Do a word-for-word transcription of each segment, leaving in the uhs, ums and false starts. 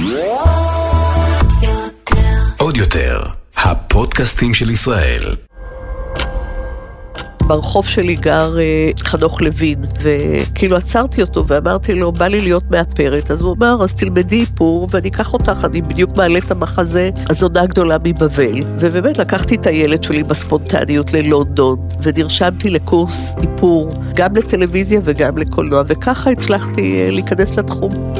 עוד יותר, הפודקאסטים של ישראל. ברחוב שלי גר חנוך לוין, וכאילו עצרתי אותו ואמרתי לו, בא לי להיות מאפרת, אז הוא אמר, אז תלמדי איפור ואני אקח אותך, אני בדיוק מעלה את המחזה הזונה גדולה מבבל, ובאמת לקחתי את הילד שלי בספונטניות ללונדון, ונרשמתי לקורס איפור, גם לטלוויזיה וגם לקולנוע, וככה הצלחתי להיכנס לתחום.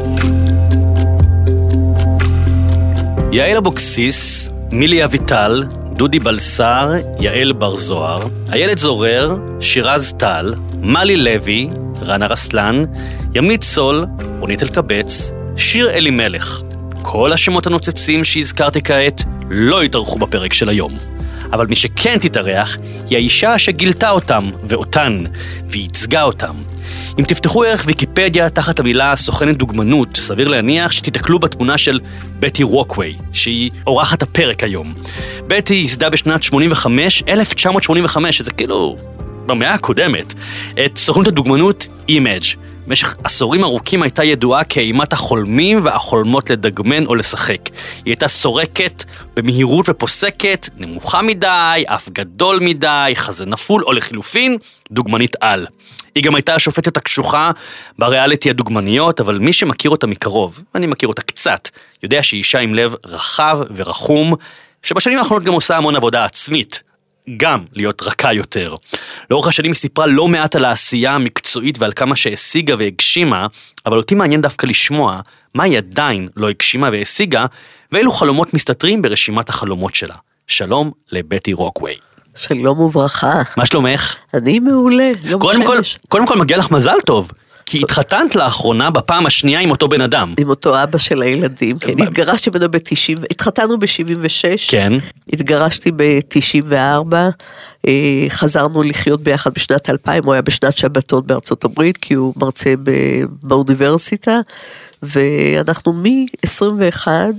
יעל אבוקסיס, מילי אביטל, דודי בלסר, יעל בר זוהר, איילת זורר, שירז טל, מלי לוי, רנה רסלן, ימית סול, רונית אלקבץ, שיר אלימלך. כל השמות הנוצצים שהזכרתי כעת לא יתארחו בפרק של היום. אבל מי שכן תתארח היא האישה שגילתה אותם ואותן וייצגה אותם. אם תפתחו ערך ויקיפדיה תחת המילה סוכנת דוגמנות, סביר להניח שתתקלו בתמונה של בטי רוקווי, שהיא אורחת הפרק היום. בטי ייסדה בשנת שמונים וחמש, אלף תשע מאות שמונים וחמש, שזה כאילו במאה הקודמת, את סוכנות הדוגמנות אימג'. במשך עשורים ארוכים הייתה ידועה כאימת החולמים והחולמות לדגמן או לשחק. היא הייתה סורקת במהירות ופוסקת, נמוכה מדי, אף גדול מדי, חזה נפול או לחילופין, דוגמנית על. היא גם הייתה השופטת הקשוחה בריאליטי הדוגמניות, אבל מי שמכיר אותה מקרוב, אני מכיר אותה קצת, יודע שהיא אישה עם לב רחב ורחום, שבשנים האחרונות גם עושה המון עבודה עצמית, גם להיות רכה יותר. לאורך השנים היא סיפרה לא מעט על העשייה המקצועית ועל כמה שהשיגה והגשימה, אבל אותי מעניין דווקא לשמוע מה היא עדיין לא הגשימה והשיגה, ואילו חלומות מסתתרים ברשימת החלומות שלה. שלום לבטי רוקווי. שלום וברכה. מה שלומך? אני מעולה. קודם כל, קודם כל מגיע לך מזל טוב. כי התחתנת לאחרונה בפעם השנייה עם אותו בן אדם. עם אותו אבא של הילדים, כן. התגרשתי בנו ב-תשעים, התחתנו ב-שבעים ושש. כן. התגרשתי ב-תשעים וארבע, חזרנו לחיות ביחד בשנת אלפיים, הוא היה בשנת שבתון בארצות הברית, כי הוא מרצה באוניברסיטה, ואנחנו מ-עשרים ואחת,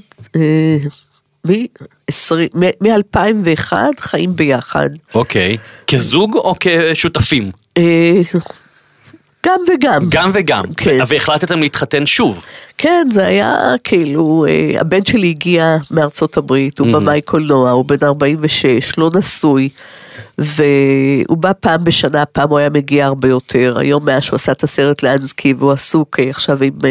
מ-אלפיים ואחת חיים ביחד. אוקיי. כזוג או כשותפים? גם וגם. גם וגם. כן. והחלטתם להתחתן שוב. כן, זה היה כאילו, הבן שלי הגיע מארצות הברית, הוא במאי קולנוע, הוא בן ארבעים ושש, לא נשוי, והוא בא פעם בשנה, פעם הוא היה מגיע הרבה יותר, היום מאז שהוא עשה את הסרט לאנסקי, והוא עסוק עכשיו עם,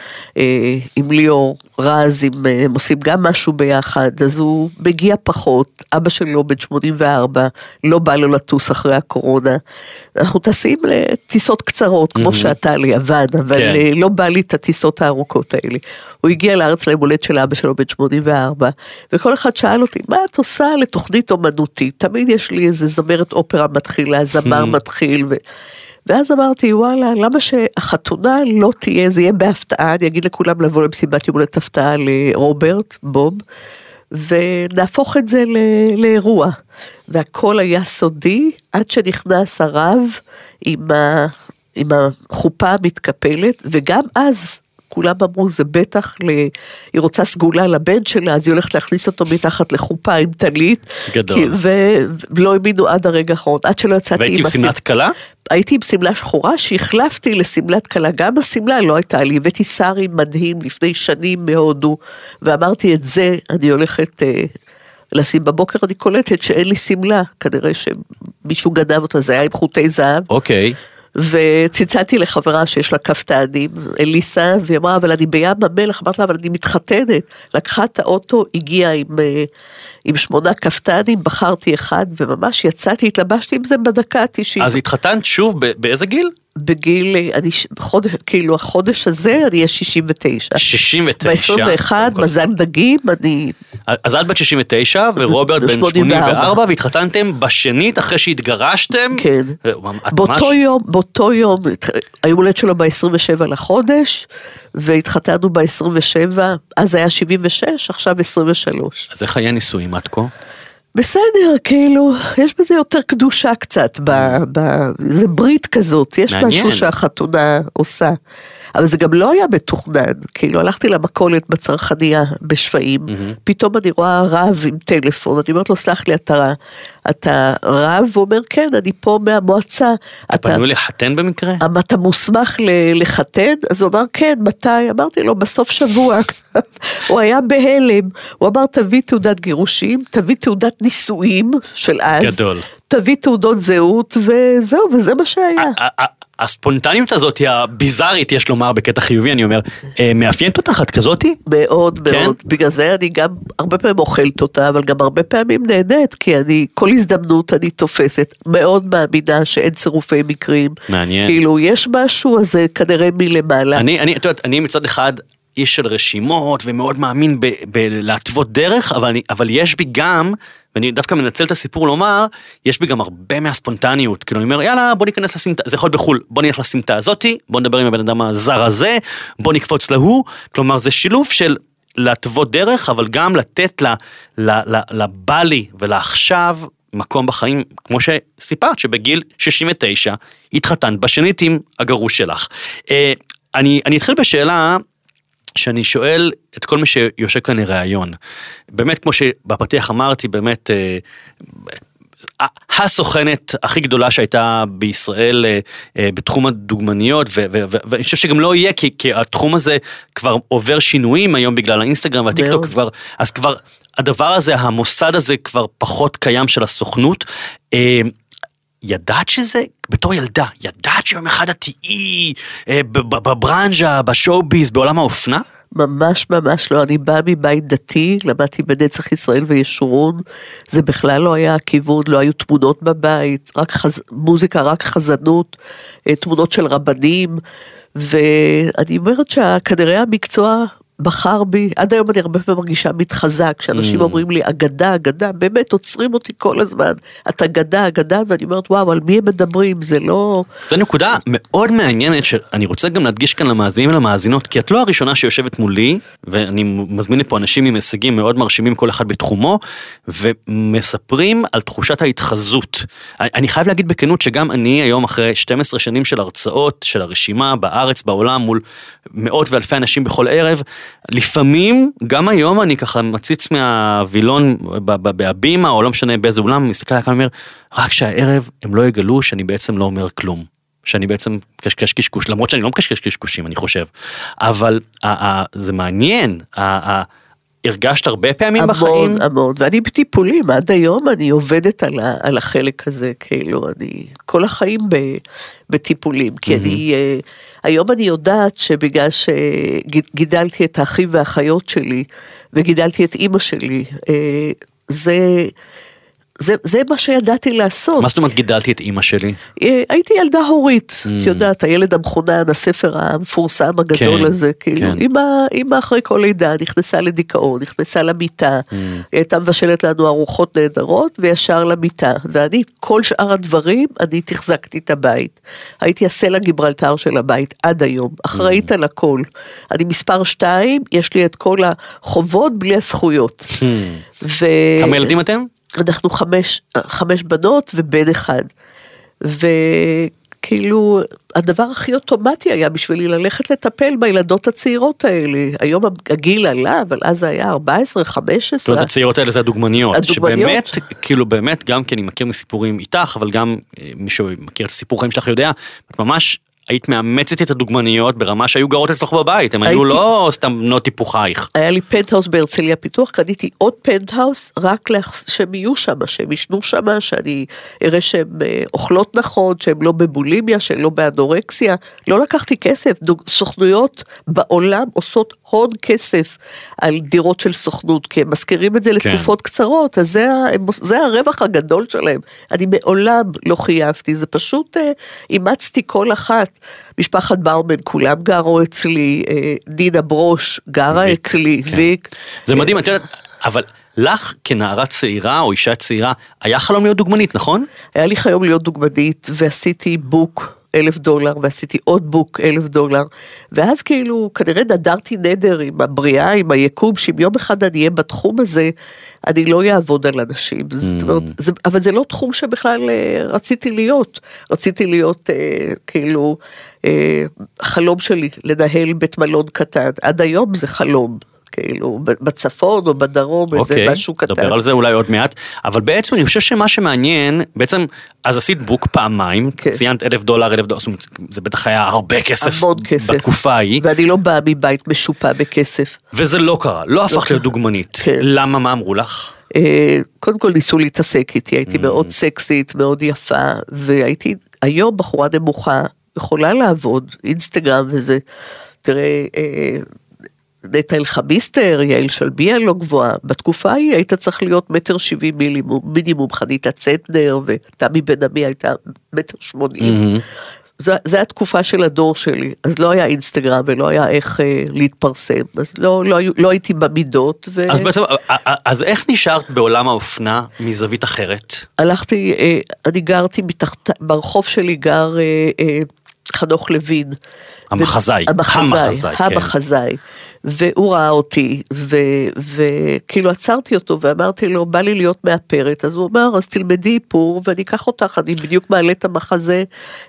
עם ליאור רז, עם, הם עושים גם משהו ביחד, אז הוא מגיע פחות, אבא שלו בן שמונים וארבע, לא בא לו לטוס אחרי הקורונה, אנחנו טסים לטיסות קצרות, כמו שאתה ליוון, אבל כן. לא בא לי את הטיסות הארוכות האלה. הוא הגיע לארץ לימולדת של אבא שלו בן שמונים וארבע, וכל אחד שאל אותי, מה את עושה לתוכנית אומנותית? תמיד יש לי איזה זמרת אופרה מתחילה, זמר מתחיל, ו... ואז אמרתי, וואלה, למה שהחתונה לא תהיה, זה יהיה בהפתעה, אני אגיד לכולם לבוא למסיבת יומולדת הפתעה לרוברט, בוב, ונהפוך את זה ל- לאירוע. והכל היה סודי, עד שנכנס הרב עם, ה- עם החופה המתקפלת, וגם אז כולם אמרו, זה בטח, ל... היא רוצה סגולה לבן שלה, אז היא הולכת להכניס אותו מתחת לחופה עם טלית. גדול. כי... ו... ולא האמינו עד הרגע האחרון, עד שלא יצאתי עם... והייתי עם סמלת קלה? הייתי עם סמלה שחורה, שהחלפתי לסמלת קלה, גם הסמלה לא הייתה לי, הבאתי סארי מדהים לפני שנים מהודו, ואמרתי את זה, אני הולכת... לשים בבוקר, אני קולטת שאין לי סמלה, כנראה שמישהו גנב אותה, זה היה עם חוטי זהב. אוקיי. וציצאתי לחברה שיש לה כפתנים, אליסה, והיא אמרה, אבל אני בים המלח, אמרת לה, אבל אני מתחתנת, לקחה את האוטו, הגיעה עם, עם שמונה כפתנים, בחרתי אחד, וממש יצאתי, התלבשתי עם זה בדקה ה-תשעים. אז התחתנת שוב, באיזה גיל? בגיל, אני, בחודש, כאילו החודש הזה, אני אהיה שישים ותשע. שישים ותשע. ב-עשרים ואחת, מזל דגים, אני... אז את בת שישים ותשע, ורוברט בן שמונים וארבע, והתחתנתם בשנית אחרי שהתגרשתם. כן. באותו יום, באותו יום, היום הולד שלו ב-עשרים ושבע לחודש, והתחתנו ב-עשרים ושבע, אז היה שבעים ושש, עכשיו עשרים ושלוש. אז איך היה נישואים עד כה? בסדר, כאילו, יש בזה יותר קדושה קצת, ב, ב, זה ברית כזאת, יש מעניין. משהו שהחתונה עושה. אבל זה גם לא היה מתוכנן, כאילו הלכתי למכולת בצרכניה בשפעים, mm-hmm. פתאום אני רואה רב עם טלפון, אני אומרת לו, סלח לי, אתה, אתה רב? הוא אומר, כן, אני פה מהמועצה. אתה פנו לחתן במקרה? אתה מוסמך לחתן? אז הוא אמר, כן, מתי? אמרתי לו, בסוף שבוע. הוא היה בהלם, הוא אמר, תביא תעודת גירושים, תביא תעודת נישואים של אז. גדול. תביא תעודות זהות, וזהו, וזה מה שהיה. הספונטניות הזאת, הביזארית, יש לומר, בקטע חיובי, אני אומר, מאפיינת אותך את כזאתי? מאוד, מאוד. בגלל זה אני גם הרבה פעמים אוכלת אותה, אבל גם הרבה פעמים נהנית, כי אני, כל הזדמנות אני תופסת, מאוד מאמינה שאין צירופי מקרים. מעניין. כאילו, יש משהו, אז זה כנראה מלמעלה. אני, אני, את יודעת, אני מצד אחד, איש של רשימות, ומאוד מאמין בלהטוות דרך, אבל, אני, אבל יש בי גם, ואני דווקא מנצל את הסיפור לומר, יש בי גם הרבה מהספונטניות, כאילו אני אומר, יאללה, בוא ניכנס לסמטה, זה יכול בחול, בוא נלך לסמטה הזאתי, בוא נדבר עם הבן אדם הזר הזה, בוא נקפוץ להוא, כלומר זה שילוב של להטוות דרך, אבל גם לתת לבלי ולעכשיו מקום בחיים, כמו שסיפרת, שבגיל שישים ותשע, התחתנת בשנית עם הגרוש שלך. אני, אני אתחיל בשאלה, שאני שואל את כל מי שיושב כאן לראיון, באמת כמו שבפתיח אמרתי, באמת הסוכנת הכי גדולה שהייתה בישראל בתחום הדוגמניות, ואני חושב שגם לא יהיה, כי התחום הזה כבר עובר שינויים היום בגלל האינסטגרם והטיקטוק, אז כבר הדבר הזה, המוסד הזה כבר פחות קיים של הסוכנות, ידעת שזה, בתור ילדה, ידעת שיום אחד התהיי בברנז'ה, בשואו-ביז, בעולם האופנה? ממש ממש לא, אני באה מבית דתי, למדתי בנצח ישראל וישורון, זה בכלל לא היה הכיוון, לא היו תמונות בבית, רק חז... מוזיקה, רק חזנות, תמונות של רבנים, ואני אומרת שכנראה המקצוע בחר בי, עד היום אני הרבה פעמים מרגישה מתחזק, כשאנשים אומרים לי, אגדה, אגדה, באמת עוצרים אותי כל הזמן, את אגדה, אגדה, ואני אומרת, וואו, על מי הם מדברים, זה לא... זו נקודה מאוד מעניינת, שאני רוצה גם להדגיש כאן למאזינים ולמאזינות, כי את לא הראשונה שיושבת מולי, ואני מזמין לפה אנשים עם הישגים מאוד מרשימים, כל אחד בתחומו, ומספרים על תחושת ההתחזות. אני חייב להגיד בכנות, שגם אני היום אחרי שתים עשרה שנים של הרצאות, של הרשימה, בארץ, בעולם, מול מאות ואלפי אנשים בכל ערב, לפעמים, גם היום אני ככה מציץ מהווילון בהבימה, או לא משנה באיזה אולם, מסתכל עליי כאן ואומר, רק שהערב הם לא יגלו שאני בעצם לא אומר כלום, שאני בעצם קשקש קשקוש, למרות שאני לא מקשקש קשקושים, אני חושב, אבל זה מעניין, הרגשת הרבה פעמים המון, בחיים? המון, המון, ואני בטיפולים, עד היום אני עובדת על, ה, על החלק הזה, כאילו, אני כל החיים ב, בטיפולים, כי mm-hmm. אני, היום אני יודעת שבגלל שגידלתי את האחים והאחיות שלי, וגידלתי את אמא שלי, זה... זה, זה מה שידעתי לעשות. מה זאת אומרת גידלתי את אמא שלי? הייתי ילדה הורית, mm. את יודעת, הילד המחונן, הספר המפורסם הגדול כן, הזה, כאילו, כן. אמא, אמא אחרי כל לידה נכנסה לדיכאון, נכנסה למיטה, mm. היא הייתה מבשלת לנו ארוחות נהדרות, וישר למיטה, ואני, כל שאר הדברים, אני תחזקתי את הבית. הייתי הסלע גיברלטר של הבית, עד היום, אחראית mm. על הכל. אני מספר שתיים, יש לי את כל החובות בלי הזכויות. Mm. ו... כמה ילדים אתם? אנחנו חמש, חמש בנות ובן אחד, וכאילו, הדבר הכי אוטומטי היה בשבילי ללכת לטפל בילדות הצעירות האלה, היום הגיל עלה, אבל אז זה היה ארבע עשרה, חמש עשרה. זאת אומרת, הצעירות האלה זה הדוגמניות, הדוגמניות, שבאמת, כאילו באמת, גם כי אני מכיר מסיפורים איתך, אבל גם מישהו מכיר את הסיפור חיים שלך יודע, את ממש, היית מאמצת את הדוגמניות ברמה שהיו גרות אצלך בבית, הם היו לא סתם בנות טיפוחייך. היה לי פנטהאוס בהרצליה פיתוח, קניתי עוד פנטהאוס, רק שהם יהיו שם, שהם ישנו שם, שאני אראה שהן אוכלות נכון, שהן לא בבולימיה, שהן לא באנורקסיה, לא לקחתי כסף, סוכנויות בעולם עושות הון כסף על דירות של סוכנות, כי הם מזכירים את זה לתקופות קצרות, אז זה, זה הרווח הגדול שלהם, אני מעולם לא חייבתי, זה פשוט אימצתי כל אחת, משפחת ברמן, כולם גרו אצלי, דינה ברוש גרה אצלי, ויק. זה מדהים, את יודעת, אבל לך כנערה צעירה או אישה צעירה, היה חלום להיות דוגמנית, נכון? היה לי חלום להיות דוגמנית, ועשיתי בוק אלף דולר, ועשיתי עוד בוק אלף דולר, ואז כאילו, כנראה נדרתי נדר עם הבריאה, עם היקום, שאם יום אחד אני אהיה בתחום הזה, אני לא אעבוד על אנשים, mm. זאת אומרת, זה, אבל זה לא תחום שבכלל אה, רציתי להיות, רציתי להיות אה, כאילו, אה, חלום שלי, לנהל בית מלון קטן, עד היום זה חלום, כאילו, בצפון או בדרום, okay, איזה משהו קטן. דבר על זה אולי עוד מעט, אבל בעצם אני חושב שמה שמעניין, בעצם, אז עשית בוק פעמיים, okay. ציינת אלף דולר, אלף דולר, זאת אומרת, זה בטח היה הרבה כסף, כסף בתקופה ההיא. ואני לא באה מבית משופע בכסף. וזה לא קרה, לא הפך להיות דוגמנית. Okay. למה, מה אמרו לך? קודם כל ניסו להתעסק איתי, הייתי mm. מאוד סקסית, מאוד יפה, והייתי היום בחורה נמוכה, יכולה לעבוד, אינסטגרם וזה, תראה, נטע אלחמיסטר, יעל שלביה לא גבוהה, בתקופה ההיא היית צריך להיות מטר שבעים מינימום, מינימום חנית הצטנר, ותמי בן עמי הייתה מטר שמונים, זו, זו התקופה של הדור שלי, אז לא היה אינסטגרם ולא היה איך אה, להתפרסם, אז לא, לא, לא הייתי במידות. ו... אז בעצם, אז איך נשארת בעולם האופנה מזווית אחרת? הלכתי, אה, אני גרתי מתחת, ברחוב שלי גר אה, אה, חנוך לוין. המחזאי, המחזאי, המחזאי, כן. והוא ראה אותי, וכאילו עצרתי אותו, ואמרתי לו, בא לי להיות מאפרת, אז הוא אמר, אז תלמדי איפור, ואני אקח אותך, אני בדיוק מעלה את המחזה,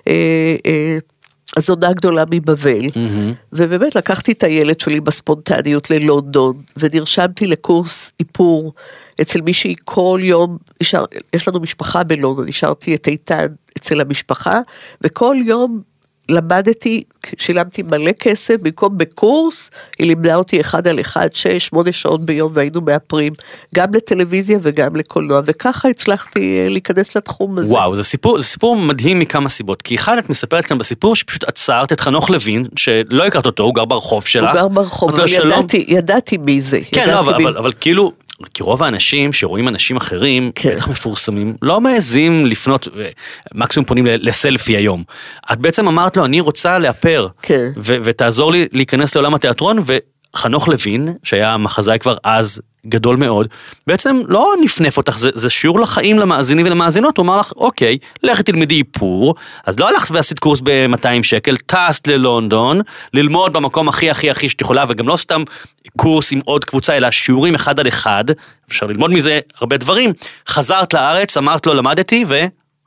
הזונה גדולה מבבל, ובאמת לקחתי את הילד שלי בספונטניות ללונדון, ונרשמתי לקורס איפור, אצל מישהי כל יום, יש לנו משפחה בלונדון, נשארתי את איתן אצל המשפחה, וכל יום, למדתי, שילמתי מלא כסף, במקום בקורס, היא לימדה אותי אחד על אחד, שש, שמונה שעות ביום, והיינו מאפרים, גם לטלוויזיה וגם לקולנוע, וככה הצלחתי להיכנס לתחום הזה. וואו, זה סיפור, זה סיפור מדהים מכמה סיבות, כי אחד את מספרת כאן בסיפור, שפשוט עצרת את חנוך לוין, שלא הכרת אותו, הוא גר ברחוב שלך. הוא גר ברחוב, אבל ידעתי, ידעתי מי זה. כן, לא, אבל, אבל, אבל כאילו, כי רוב האנשים שרואים אנשים אחרים, כן. בטח מפורסמים, לא מעזים לפנות, מקסימום פונים לסלפי היום. את בעצם אמרת לו, אני רוצה לאפר, כן. ו- ותעזור לי להיכנס לעולם התיאטרון, וחנוך לוין, שהיה מחזאי כבר אז גדול מאוד, בעצם לא נפנף אותך, זה, זה שיעור לחיים למאזינים ולמאזינות, הוא אמר לך, אוקיי, לכי תלמדי איפור, אז לא הלכת ועשית קורס ב-מאתיים שקל, טסת ללונדון, ללמוד במקום הכי הכי הכי שתיכולה, וגם לא סתם קורס עם עוד קבוצה, אלא שיעורים אחד על אחד, אפשר ללמוד מזה הרבה דברים, חזרת לארץ, אמרת לו, למדתי, ו...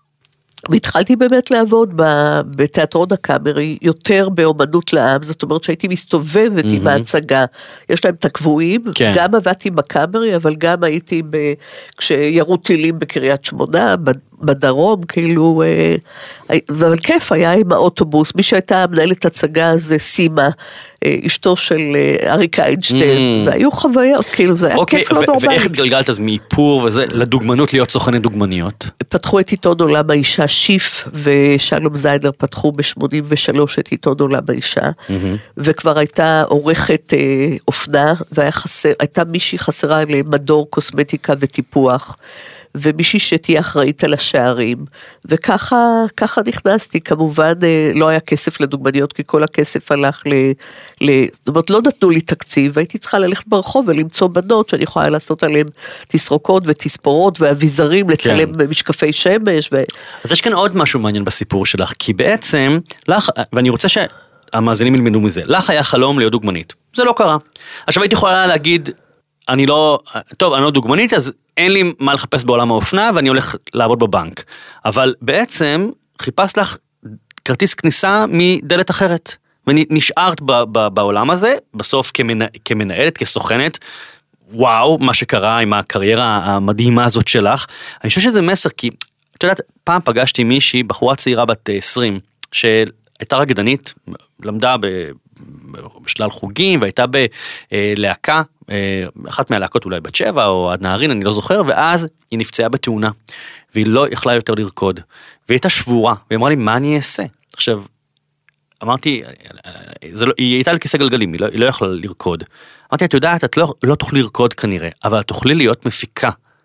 והתחלתי באמת לעבוד בתיאטרון הקאמרי, יותר באומנות לעם, זאת אומרת שהייתי מסתובבת עם ההצגה, יש להם את הקבועים, גם עבדתי בקאמרי, אבל גם הייתי, כשירו טילים בקריית שמונה, בדרום, כאילו, אבל כיף היה עם האוטובוס, מי שהייתה מנהלת הצגה זה סימה, אשתו של אריק איינשטיין, והיו חוויות, כאילו זה היה כיף לא נורמלי. ואיך התגלגלת אז מאיפור וזה, לדוגמנות להיות סוכנת דוגמניות? פתחו את עיתון עולם האישה, שיף ושלום זיידר פתחו ב-שמונים ושלוש את עיתון עולם האישה, וכבר הייתה עורכת אופנה, והייתה מישהי חסרה למדור קוסמטיקה וטיפוח, ומישהי שתהיה אחראית על השערים, וככה ככה נכנסתי, כמובן לא היה כסף לדוגמניות, כי כל הכסף הלך ל... ל זאת אומרת, לא נתנו לי תקציב, והייתי צריכה ללכת ברחוב ולמצוא בנות, שאני יכולה לעשות עליהן תסרוקות ותספורות, ואביזרים, לצלם כן. משקפי שמש. ו... אז יש כאן עוד משהו מעניין בסיפור שלך, כי בעצם, לך, ואני רוצה שהמאזינים ילמדו מזה, לך היה חלום להיות דוגמנית, זה לא קרה. עכשיו הייתי יכולה להגיד, אני לא, טוב, אני לא דוגמנית, אז אין לי מה לחפש בעולם האופנה, ואני הולך לעבוד בבנק. אבל בעצם, חיפשת לך כרטיס כניסה מדלת אחרת, ונשארת ב- ב- בעולם הזה, בסוף כמנ... כמנהלת, כסוכנת, וואו, מה שקרה עם הקריירה המדהימה הזאת שלך. אני חושב שזה מסר, כי, את יודעת, פעם פגשתי מישהי, בחורה צעירה בת עשרים, שהייתה רקדנית, למדה ב... בשלל חוגים, והייתה בלהקה, אחת מהלהקות אולי בת שבע, או עד נהרין, אני לא זוכר, ואז היא נפצעה בתאונה, והיא לא יכלה יותר לרקוד, והיא הייתה שבורה, והיא אמרה לי, מה אני אעשה? עכשיו, אמרתי, לא, היא הייתה על כיסא גלגלים, היא לא, היא לא יכלה לרקוד. אמרתי, את יודעת, את לא, לא תוכלי לרקוד כנראה, אבל את תוכלי להיות מפיקה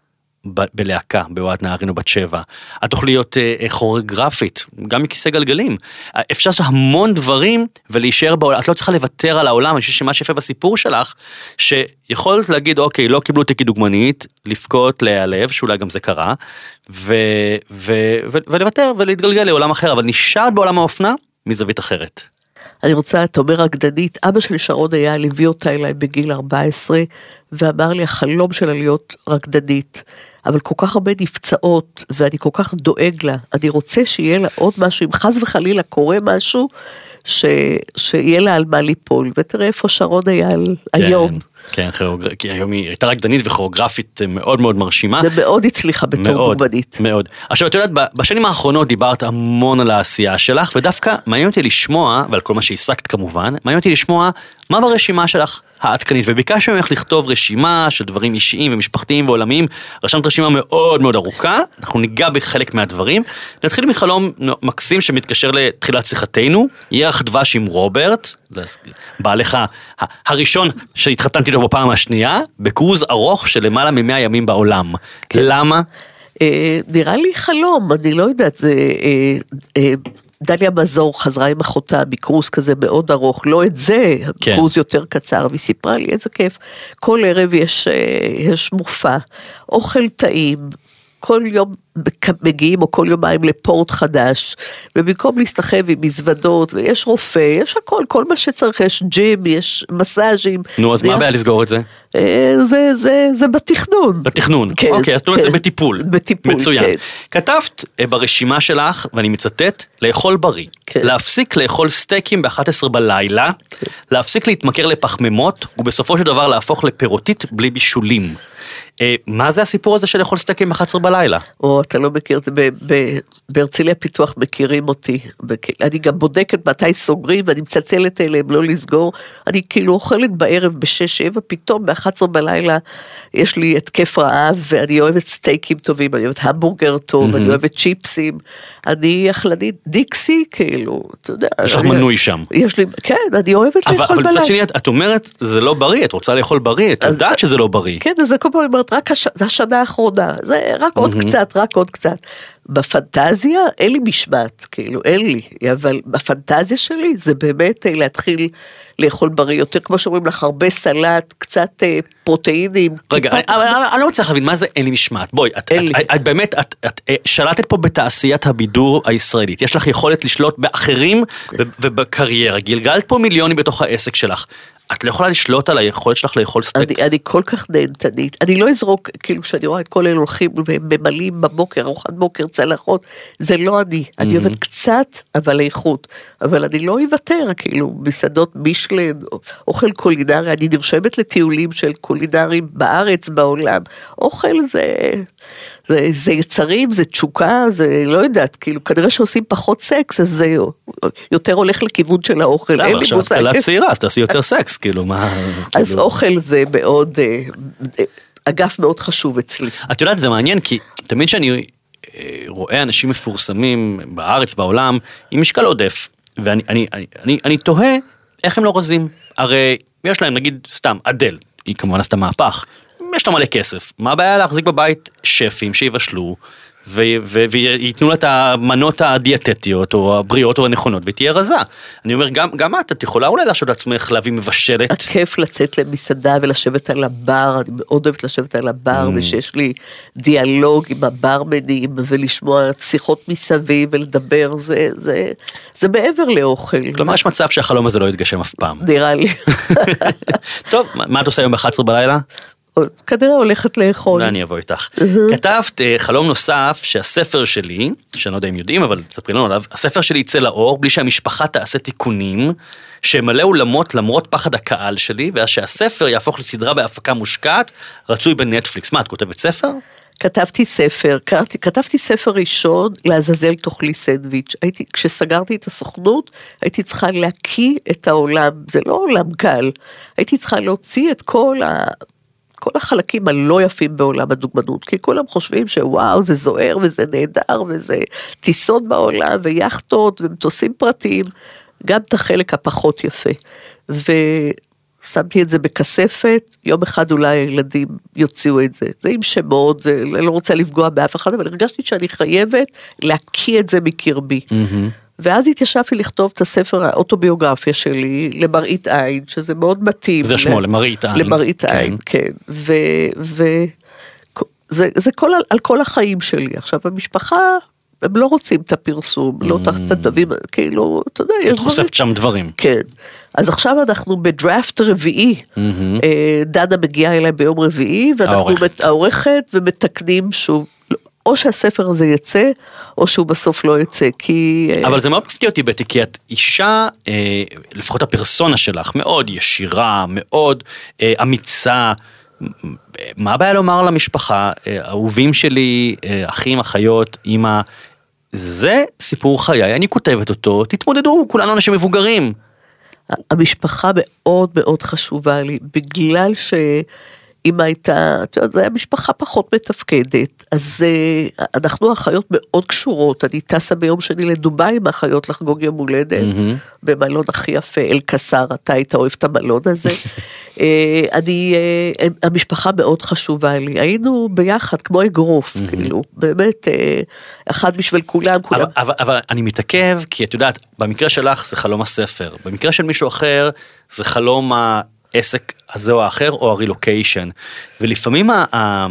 ב- בלהקה, בועת נערים או בת שבע. את תוכלי להיות אה, כוריאוגרפית, גם מכיסא גלגלים. אפשר לעשות המון דברים ולהישאר בעולם, את לא צריכה לוותר על העולם, אני חושב שמה שיפה בסיפור שלך, שיכולת להגיד, אוקיי, לא קיבלו אותי כדוגמנית, לפקוט, להיעלב, שאולי גם זה קרה, ו- ו- ו- ולוותר ולהתגלגל לעולם אחר, אבל נשארת בעולם האופנה מזווית אחרת. אני רוצה, אתה אומר רקדנית, אבא שלי שרון היה, הביא אותה אליי בגיל ארבע עשרה, ואמר לי, החלום שלה להיות רקדנית, אבל כל כך הרבה נפצעות, ואני כל כך דואג לה, אני רוצה שיהיה לה עוד משהו, אם חס וחלילה קורה משהו, ש... שיהיה לה על מה ליפול, ותראה איפה שרון היה כן, היום. כן, כי היום היא הייתה רקדנית וכוריאוגרפית מאוד מאוד מרשימה. ומאוד הצליחה בתור דוגמנית. מאוד. עכשיו, את יודעת, בשנים האחרונות דיברת המון על העשייה שלך, ודווקא מעניין אותי לשמוע, ועל כל מה שהעסקת כמובן, מעניין אותי לשמוע מה ברשימה שלך העדכנית, וביקשתי ממך לכתוב רשימה של דברים אישיים ומשפחתיים ועולמיים, רשמת רשימה מאוד מאוד ארוכה, אנחנו ניגע בחלק מהדברים, נתחיל מחלום מקסים שמתקשר לתחילת שיחתנו, ירח דבש עם רוברט, בעליך הראשון שהתחתנתי לו בפעם השנייה, בקרוז ארוך של למעלה ממאה ימים בעולם. כן. למה? אה, נראה לי חלום, אני לא יודעת, זה... אה, אה, דליה מזור חזרה עם אחותה בקרוז כזה מאוד ארוך, לא את זה, כן. קרוז יותר קצר, והיא סיפרה לי איזה כיף, כל ערב יש, יש מופע, אוכל טעים, כל יום מגיעים או כל יומיים לפורט חדש, ובמקום להסתחב עם מזוודות, ויש רופא, יש הכל, כל מה שצריך, יש ג'ים, יש מסאז'ים. נו, אז מה הבעיה לסגור את זה? זה, זה, זה בתכנון. בתכנון, כן, אוקיי, אז זאת אומרת, זה בטיפול. בטיפול, מצוין. כן. כתבת ברשימה שלך, ואני מצטט, לאכול בריא, כן. להפסיק לאכול סטייקים ב-אחת עשרה בלילה, כן. להפסיק להתמכר לפחמימות, ובסופו של דבר להפוך לפירותית בלי בישולים. מה זה הסיפור הזה של לאכול סטייקים ב-אחת עשרה בלילה? או, אתה לא מכיר, בהרצליה פיתוח מכירים אותי, אני גם בודקת מתי סוגרים, ואני מצלצלת אליהם לא לסגור, אני כאילו אוכלת בערב בשש שבע, פתאום ב-אחת עשרה בלילה יש לי התקף רעב, ואני אוהבת סטייקים טובים, אני אוהבת המבורגר טוב, אני אוהבת צ'יפסים, אני אכלנית דיקסי, כאילו, אתה יודע. יש לך מנוי שם. יש לי, כן, אני אוהבת לאכול בלילה. אבל מצד שני, את אומרת, זה לא בריא, את רוצה לאכול בריא, את יודעת שזה לא בריא. כן, אז זה כל פעם אומרת, רק השנה האחרונה, זה רק עוד קצת, רק עוד קצת. בפנטזיה אין לי משמעת, כאילו אין לי, אבל בפנטזיה שלי זה באמת להתחיל לאכול בריא יותר, כמו שאומרים לך, הרבה סלט, קצת פרוטאינים. רגע, אני לא רוצה להבין, מה זה אין לי משמעת? בואי, את באמת, את שלטת פה בתעשיית הבידור הישראלית, יש לך יכולת לשלוט באחרים ובקריירה, גלגלת פה מיליונים בתוך העסק שלך, את לא יכולה לשלוט על היכולת שלך לאכול סטייק? אני, אני כל כך נהנתנית, אני לא אזרוק, כאילו שאני רואה את כל אלה הולכים וממלאים בבוקר, ארוחת בוקר, צלחות, זה לא אני, אני אוהבת קצת, אבל איכות, אבל אני לא אוותר, כאילו, מסעדות מישלן, אוכל קולינרי, אני נרשמת לטיולים של קולינרים בארץ, בעולם, אוכל זה... זה, זה יצרים, זה תשוקה, זה לא יודעת, כאילו, כנראה שעושים פחות סקס, אז זה יותר הולך לכיוון של האוכל. בסדר, עכשיו את קלה צעירה, אז תעשי יותר סקס, כאילו, מה... אז כאילו... אוכל זה מאוד, אגף מאוד חשוב אצלי. את יודעת, זה מעניין, כי תמיד שאני רואה אנשים מפורסמים בארץ, בעולם, עם משקל עודף, ואני אני, אני, אני, אני תוהה איך הם לא רזים. הרי יש להם, נגיד, סתם, אדל, היא כמובן עשתה מהפך, יש לה מלא כסף, מה הבעיה להחזיק בבית שפים שיבשלו, וייתנו לה את המנות הדיאטטיות, או הבריאות או הנכונות, ותהיה רזה. אני אומר, גם את, את יכולה אולי להשאול את עצמך להביא מבשלת. הכיף לצאת למסעדה ולשבת על הבר, אני מאוד אוהבת לשבת על הבר, ושיש לי דיאלוג עם הברמנים, ולשמוע שיחות מסביב, ולדבר, זה מעבר לאוכל. כלומר, יש מצב שהחלום הזה לא יתגשם אף פעם. נראה לי. טוב, מה את עושה היום ב-אחת עשרה בלילה? כנראה הולכת לאכול. אני אבוא איתך. כתבת חלום נוסף שהספר שלי, שאני לא יודע אם יודעים, אבל תספרי לנו עליו, הספר שלי יצא לאור, בלי שהמשפחה תעשה תיקונים, שמלא אולמות למרות פחד הקהל שלי, ואז שהספר יהפוך לסדרה בהפקה מושקעת, רצוי בנטפליקס. מה, את כותבת ספר? כתבתי ספר, כתבתי, כתבתי ספר ראשון, לעזאזל תאכלי סנדוויץ'. הייתי, כשסגרתי את הסוכנות, הייתי צריכה להקיא את העולם, זה לא עולם קל, הייתי צריכה להוציא את כל ה... כל החלקים הלא יפים בעולם הדוגמנות, כי כולם חושבים שוואו, זה זוהר וזה נהדר, וזה טיסות בעולם, ויחטות, ומטוסים פרטיים, גם את החלק הפחות יפה. שמתי את זה בכספת, יום אחד אולי הילדים יוציאו את זה, זה עם שמות, זה, אני לא רוצה לפגוע באף אחד, אבל הרגשתי שאני חייבת להקיא את זה מקרבי. ואז התיישבתי לכתוב את הספר האוטוביוגרפיה שלי, למראית עין, שזה מאוד מתאים. זה שמו, למראית עין. למראית עין, כן. וזה כל, על כל החיים שלי. עכשיו, המשפחה, הם לא רוצים את הפרסום, לא תחת הדבים, כאילו, אתה יודע, יש דברים. את חושפת שם דברים. כן. אז עכשיו אנחנו בדראפט רביעי, דנה מגיעה אליי ביום רביעי, ואנחנו העורכת ומתקנים שוב, או שהספר הזה יצא, או שהוא בסוף לא יצא, כי... אבל זה מאוד מפתיע אותי, בטי, כי את אישה, לפחות הפרסונה שלך, מאוד ישירה, מאוד אמיצה, מה הבעיה לומר למשפחה, אהובים שלי, אחים, אחיות, אמא, זה סיפור חיי, אני כותבת אותו, תתמודדו, כולנו אנשים מבוגרים. המשפחה מאוד מאוד חשובה לי, בגלל ש... אמא הייתה, אתה יודע, זו הייתה משפחה פחות מתפקדת, אז uh, אנחנו אחיות מאוד קשורות, אני טסה ביום שני לדובאי עם האחיות לחגוג יום הולדת, mm-hmm. במלון הכי יפה, אל קסר, אתה היית אוהב את המלון הזה, uh, אני, uh, המשפחה מאוד חשובה לי, היינו ביחד כמו אגרוף, mm-hmm. כאילו, באמת, uh, אחד בשביל כולם, כולם. אבל, אבל, אבל אני מתעכב, כי את יודעת, במקרה שלך זה חלום הספר, במקרה של מישהו אחר, זה חלום ה... עסק הזה או האחר, או הרילוקיישן. ולפעמים ה...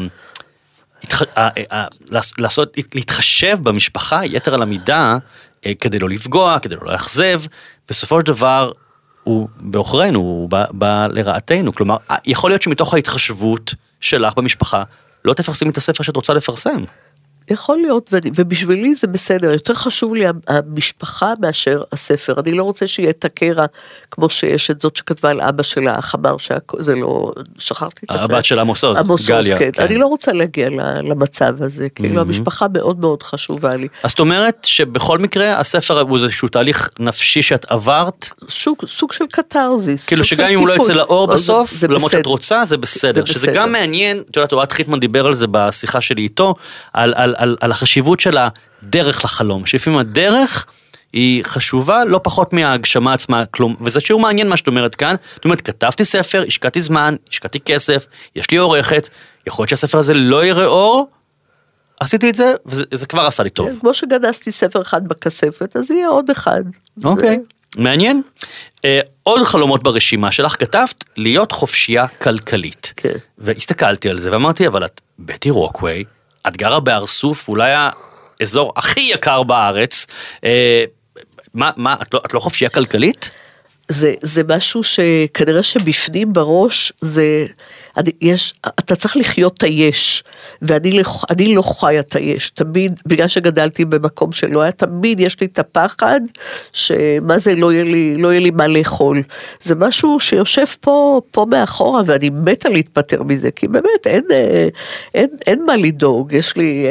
לעשות, להתחשב במשפחה, יתר על המידה, כדי לא לפגוע, כדי לא לאכזב, בסופו של דבר, הוא באוכרנו, הוא בא לרעתנו. כלומר, יכול להיות שמתוך ההתחשבות שלך במשפחה, לא תפרסים את הספר שאת רוצה לפרסם. יכול להיות, ובשבילי זה בסדר, יותר חשוב לי המשפחה מאשר הספר, אני לא רוצה שיהיה את הקרע, כמו שיש את זאת שכתבה על אבא שלה, החמר, שזה לא, שכחתי את זה. הבת של עמוס עוז, גליה. כן, אני לא רוצה להגיע למצב הזה, כאילו המשפחה מאוד מאוד חשובה לי. אז זאת אומרת שבכל מקרה, הספר הוא איזשהו תהליך נפשי שאת עברת? סוג של קטרזיס. כאילו שגם אם הוא לא יצא לאור בסוף, למרות שאת רוצה, זה בסדר. שזה גם מעניין, אתה יודעת, אוהד חיטמן דיבר על זה בשיחה שלי איתו, על על, על, על החשיבות של הדרך לחלום, שלפעמים הדרך היא חשובה לא פחות מההגשמה עצמה, כלום, וזה שיעור מעניין מה שאת אומרת כאן, זאת אומרת, כתבתי ספר, השקעתי זמן, השקעתי כסף, יש לי עורכת, יכול להיות שהספר הזה לא יראה אור, עשיתי את זה, וזה כבר עשה לי טוב. כמו שגדסתי ספר אחד בכספת, אז יהיה עוד אחד. אוקיי, מעניין. עוד חלומות ברשימה שלך כתבת, להיות חופשייה כלכלית. כן. והסתכלתי על זה, ואמרתי, אבל את בטי רוקווי, את גרה בארסוף, אולי האזור הכי יקר בארץ, אה, מה, מה, את לא, את לא חופשייה כלכלית? זה, זה משהו שכנראה שבפנים בראש, זה, אני, יש, אתה צריך לחיות את היש, ואני אני לא חיה את היש, תמיד, בגלל שגדלתי במקום שלא היה, תמיד יש לי את הפחד, שמה זה לא יהיה לי, לא יהיה לי מה לאכול, זה משהו שיושב פה, פה מאחורה, ואני מתה להתפטר מזה, כי באמת אין, אין, אין, אין מה לדאוג, יש לי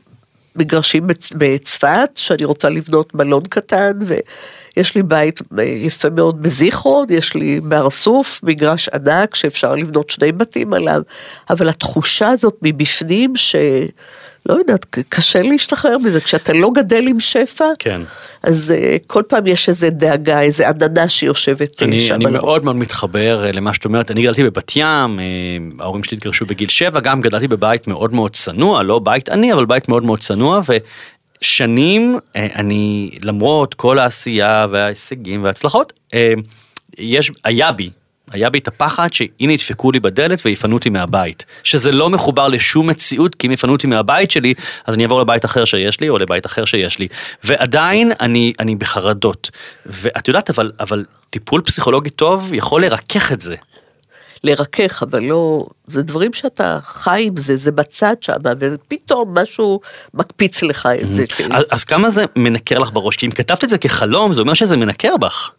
מגרשים בצפת, שאני רוצה לבנות מלון קטן, ו... יש לי בית יפה מאוד בזיכרון, יש לי בארסוף, מגרש ענק שאפשר לבנות שני בתים עליו, אבל התחושה הזאת מבפנים שלא יודעת, קשה להשתחרר מזה, כשאתה לא גדל עם שפע, כן. אז כל פעם יש איזה דאגה, איזה עננה שיושבת אני, שם. אני מאוד מאוד מתחבר למה שאת אומרת, אני גדלתי בבת ים, ההורים שלי התגרשו בגיל שבע, גם גדלתי בבית מאוד מאוד צנוע, לא בית עני, אבל בית מאוד מאוד צנוע, ו... שנים, אני, למרות כל העשייה וההישגים וההצלחות, יש, היה בי, היה בי את הפחד שהנה ידפקו לי בדלת ויפנו אותי מהבית, שזה לא מחובר לשום מציאות, כי אם יפנו אותי מהבית שלי, אז אני אעבור לבית אחר שיש לי, או לבית אחר שיש לי, ועדיין אני, אני בחרדות, ואת יודעת, אבל, אבל טיפול פסיכולוגי טוב יכול לרכך את זה. לרכך, אבל לא, זה דברים שאתה חי עם זה, זה בצד שם, ופתאום משהו מקפיץ לך את זה. אז, אז כמה זה מנקר לך בראש? כי אם כתבת את זה כחלום, זה אומר שזה מנקר בך.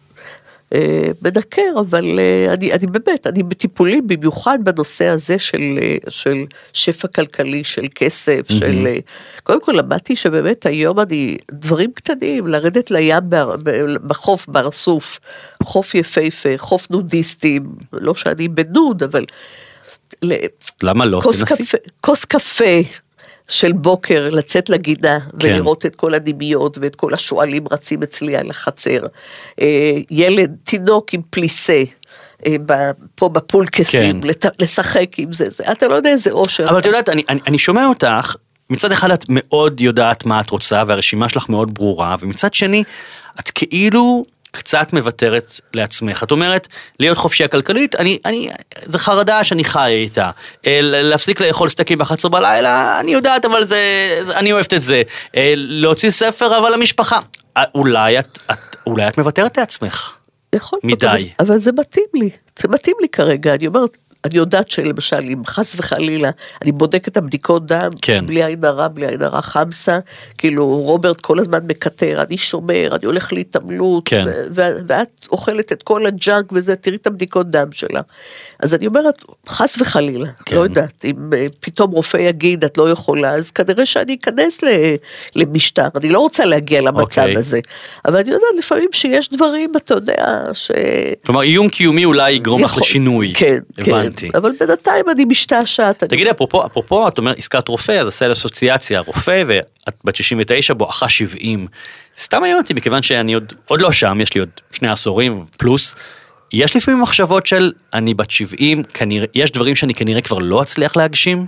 מנקר, אבל אני, אני באמת, אני בטיפולים, במיוחד בנושא הזה של, של שפע כלכלי, של כסף, mm-hmm. של, קודם כל למדתי שבאמת היום אני, דברים קטנים, לרדת לים בחוף ברסוף, חוף יפהפה, חוף נודיסטים, לא שאני בנוד, אבל... למה לא? כוס קפה, כוס קפה, של בוקר, לצאת לגינה, כן. ולראות את כל הדמיות, ואת כל השואלים רצים אצלי על החצר, ילד, תינוק עם פליסה, פה בפולקסים, לשחק עם זה, אתה לא יודע איזה אושר. אבל את יודעת, אני שומע אותך, מצד אחד את מאוד יודעת מה את רוצה, והרשימה שלך מאוד ברורה, ומצד שני, את כאילו קצת מוותרת לעצמך. את אומרת, להיות חופשייה כלכלית, אני, אני, זה חרדה שאני חי איתה. להפסיק לאכול סטייקים ב-אחת עשרה בלילה, אני יודעת, אבל זה, אני אוהבת את זה. להוציא ספר, אבל המשפחה. אולי את, את, אולי את מוותרת לעצמך. יכול. מדי. אבל, אבל זה מתאים לי. זה מתאים לי כרגע. אני אומרת, אני יודעת שלמשל, אם חס וחלילה, אני בודק את הבדיקות דם, כן. בלי עין הרע, בלי עין הרע חמסה, כאילו רוברט כל הזמן מקטר, אני שומר, אני הולך להתעמלות, כן. ו- ואת אוכלת את כל הג'אנק וזה, תראי את הבדיקות דם שלה. אז אני אומרת, חס וחלילה, כן. לא יודעת, אם פתאום רופא יגיד, את לא יכולה, אז כנראה שאני אכנס ל- למשטר, אני לא רוצה להגיע למצב אוקיי. הזה, אבל אני יודעת לפעמים שיש דברים, אתה יודע, ש... כלומר, איום קיומי אולי יגרום לך יכול- לשינוי. כן, כן. הבנתי. אבל בינתיים אני משתעשעת. תגידי, אפרופו, אפרופו, את אומרת, עסקת רופא, אז עשה לאסוציאציה, רופא, ואת בת שישים ותשע, בואכה שבעים. סתם היום אותי, מכיוון שאני עוד, עוד לא שם, יש לי עוד שני עשורים פלוס, יש לפעמים מחשבות של, אני בת שבעים, כנראה, יש דברים שאני כנראה כבר לא אצליח להגשים?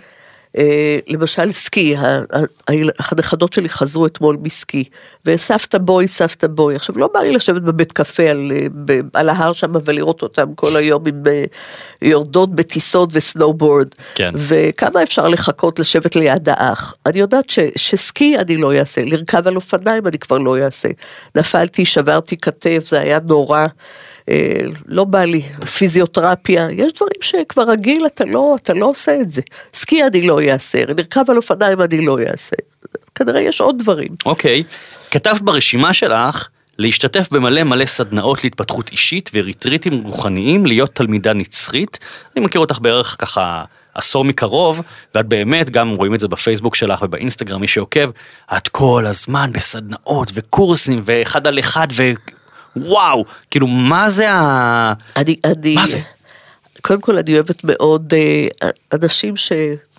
למשל סקי, הנכדות שלי חזרו אתמול מסקי, וסבתא בוי, סבתא בוי, עכשיו לא בא לי לשבת בבית קפה על, על ההר שם ולראות אותם כל היום עם יורדות בטיסות וסנובורד, כן. וכמה אפשר לחכות לשבת ליד האח, אני יודעת ש, שסקי אני לא אעשה, לרכב על אופניים אני כבר לא אעשה, נפלתי, שברתי כתף, זה היה נורא, לא בא לי, פיזיותרפיה, יש דברים שכבר רגיל, אתה לא, אתה לא עושה את זה. סקי אני לא אעשה, לרכב על אופניים אני לא אעשה. כנראה יש עוד דברים. אוקיי, כתבת ברשימה שלך, להשתתף במלא מלא סדנאות להתפתחות אישית וריטריטים רוחניים, להיות תלמידה נצחית. אני מכיר אותך בערך ככה עשור מקרוב, ואת באמת גם רואים את זה בפייסבוק שלך ובאינסטגרם, מי שעוקב, את כל הזמן בסדנאות וקורסים ואחד על אחד ו... וואו, כאילו מה זה ה... אני, אני, מה זה? קודם כל אני אוהבת מאוד אנשים ש,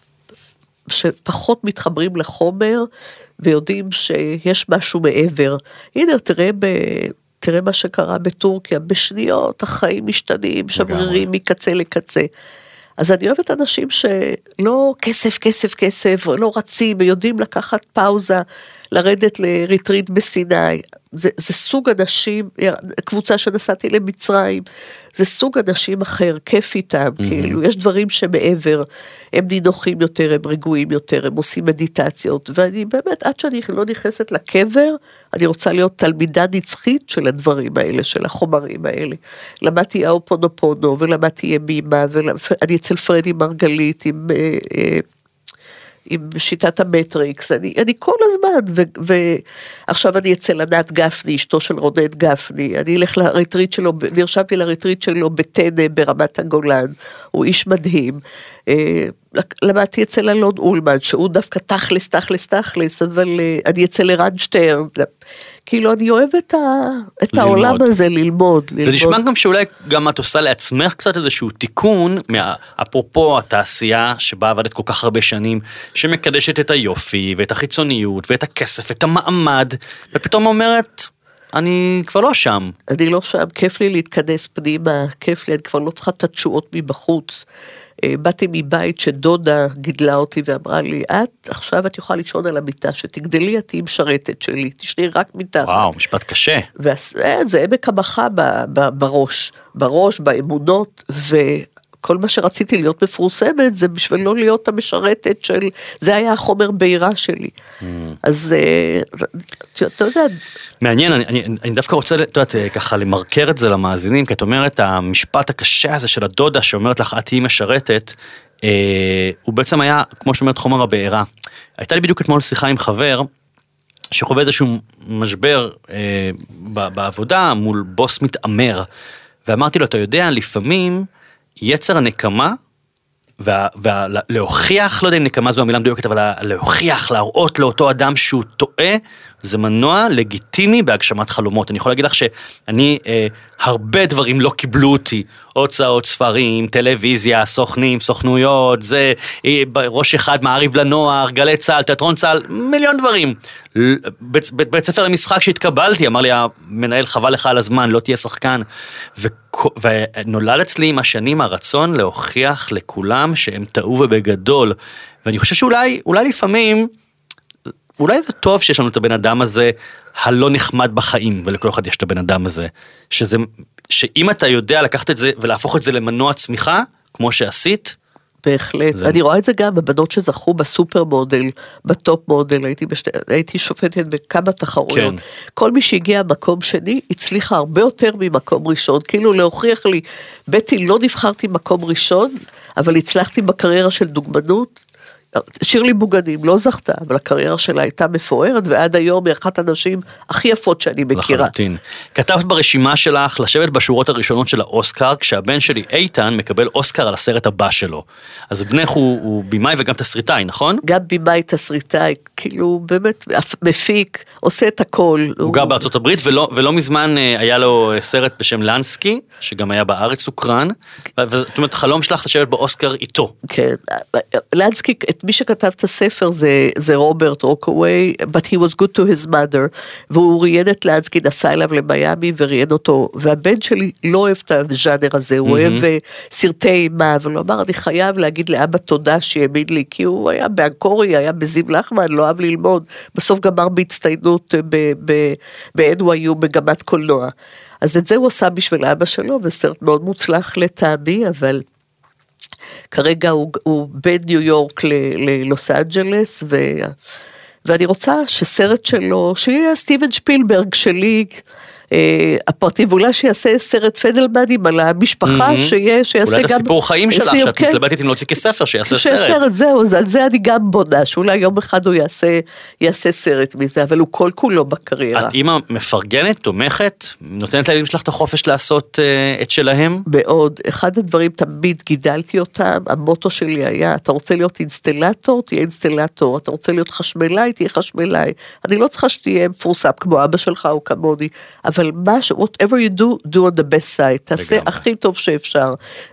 שפחות מתחברים לחומר, ויודעים שיש משהו מעבר. הנה, תראה, ב, תראה מה שקרה בטורקיה, בשניות החיים משתנים, שברירים מקצה לקצה. אז אני אוהבת אנשים שלא כסף, כסף, כסף, לא רצים, ויודעים לקחת פאוזה, לרדת לריטריט בסיני. זה, זה סוג אנשים, קבוצה שנסעתי למצרים, זה סוג אנשים אחר, כיף איתם, mm-hmm. כאילו, יש דברים שמעבר, הם נינוחים יותר, הם רגועים יותר, הם עושים מדיטציות, ואני באמת, עד שאני לא נכנסת לקבר, אני רוצה להיות תלמידה נצחית של הדברים האלה, של החומרים האלה. למדתי האופונופונו, ולמדתי ימימה, ואני אצל פרדי מרגלית, עם... עם שיטת המטריקס, אני, אני כל הזמן, ו, ועכשיו אני אצל ענת גפני, אשתו של רונן גפני, אני אלך לריטריט שלו, נרשמתי לריטריט שלו בטנא ברמת הגולן, הוא איש מדהים, למדתי אצל אלון אולמן, שהוא דווקא תכלס, תכלס, תכלס, אבל אני אצל ערן שטרן, כאילו אני אוהבת את העולם הזה ללמוד. זה נשמע גם שאולי גם את עושה לעצמך קצת איזשהו תיקון, אפרופו התעשייה שבה עבדת כל כך הרבה שנים, שמקדשת את היופי ואת החיצוניות ואת הכסף, את המעמד, ופתאום אומרת, אני כבר לא שם. אני לא שם, כיף לי להתכנס פנימה, כיף לי, אני כבר לא צריכה את התשועות מבחוץ. באתי מבית שדודה גידלה אותי ואמרה לי, את עכשיו את יכולה לישון על המיטה, שתגדלי את עם שרתת שלי, תשני רק מיטה. וואו, משפט קשה. וזה עמק המחה בראש, בראש, באמונות, וכל מה שרציתי להיות מפורסמת, זה בשביל לא להיות המשרתת של, זה היה החומר בעירה שלי. אז אתה יודע... מעניין, אני, אני, אני דווקא רוצה, אתה יודעת, ככה למרקר את זה למאזינים, כי את אומרת, המשפט הקשה הזה של הדודה, שאומרת לך, את תהיי משרתת, אה, הוא בעצם היה, כמו שאומרת, חומר הבעירה. הייתה לי בדיוק אתמול שיחה עם חבר, שחווה איזשהו משבר אה, בעבודה, מול בוס מתאמר, ואמרתי לו, אתה יודע, לפעמים, יצר הנקמה, ולהוכיח, לא יודע אם נקמה זו המילה מדויקת, אבל להוכיח, להראות לאותו אדם שהוא טועה, זה מנוע לגיטימי בהגשמת חלומות. אני יכול להגיד לך שאני, אה, הרבה דברים לא קיבלו אותי, הוצאות ספרים, טלוויזיה, סוכנים, סוכנויות, זה, אה, ראש אחד מעריב לנוער, גלי צהל, תיאטרון צהל, מיליון דברים. בית, בית, בית ספר למשחק שהתקבלתי, אמר לי המנהל חבל לך על הזמן, לא תהיה שחקן, ו, ונולד אצלי עם השנים הרצון להוכיח לכולם שהם טעו ובגדול, ואני חושב שאולי, אולי לפעמים, אולי זה טוב שיש לנו את הבן אדם הזה, הלא נחמד בחיים, ולכל אחד יש את הבן אדם הזה, שזה, שאם אתה יודע לקחת את זה, ולהפוך את זה למנוע צמיחה, כמו שעשית, בהחלט, זה... אני רואה את זה גם בבנות שזכו בסופר מודל, בטופ מודל, הייתי, בשתי, הייתי שופטת בכמה תחרויות, כן. כל מי שהגיע מקום שני, הצליחה הרבה יותר ממקום ראשון, כאילו להוכיח לי, בטי לא נבחרתי מקום ראשון, אבל הצלחתי בקריירה של דוגמנות, שירלי בוגנים לא זכתה, אבל הקריירה שלה הייתה מפוארת, ועד היום היא אחת הנשים הכי יפות שאני מכירה. לחלוטין. כתבת ברשימה שלך לשבת בשורות הראשונות של האוסקר, כשהבן שלי איתן מקבל אוסקר על הסרט הבא שלו. אז בנך הוא, הוא בימאי וגם תסריטאי, נכון? גם בימאי תסריטאי, כאילו באמת מפיק, עושה את הכל. הוא, הוא... גר בארצות הברית, ולא, ולא מזמן היה לו סרט בשם לנסקי, שגם היה בארץ הוקרן, זאת אומרת, חלום שלך לשבת באוסקר איתו. כן, לנסקי, מי שכתב את הספר זה, זה רוברט רוקווי, but he was good to his mother, והוא ראיין את לנסקי, נסע אליו למיימי וראיין אותו, והבן שלי לא אוהב את הז'אנר הזה, הוא אוהב סרטי אימה, אבל הוא אמר, אני חייב להגיד לאבא תודה שהאמין לי, כי הוא היה באנקורי, היה בזיו לחמן, לא אוהב ללמוד, בסוף גמר בהצטיינות ב-אן וואי יו בגמת קולנוע, אז את זה הוא עשה בשביל אבא שלו, וסרט מאוד מוצלח לטעמי, אבל כרגע הוא, הוא בין ניו יורק ללוס אנג'לס, ו, ואני רוצה שסרט שלו, שיהיה סטיבן שפילברג שלי, אה, הפרטי, ואולי שיעשה סרט פדלמנים על המשפחה, mm-hmm. שיהיה, שיעשה אולי גם... אולי את הסיפור חיים שלך, סיום, שאת כן. מתלבטת אם להוציא כספר, שיעשה סרט. סרט, זהו, אז על זה אני גם בונה, שאולי יום אחד הוא יעשה, יעשה סרט מזה, אבל הוא כל כולו בקריירה. את אימא מפרגנת, תומכת, נותנת לילדים שלך את החופש לעשות uh, את שלהם? מאוד, אחד הדברים תמיד גידלתי אותם, המוטו שלי היה, אתה רוצה להיות אינסטלטור, תהיה אינסטלטור, אתה רוצה להיות חשמלאי, תהיה חשמלאי, אני לא צריכה שתהיה מפורסם כמו אבא שלך או כמוני, אבל מה ש... whatever you do, do on the best side, תעשה הכי טוב שאפשר,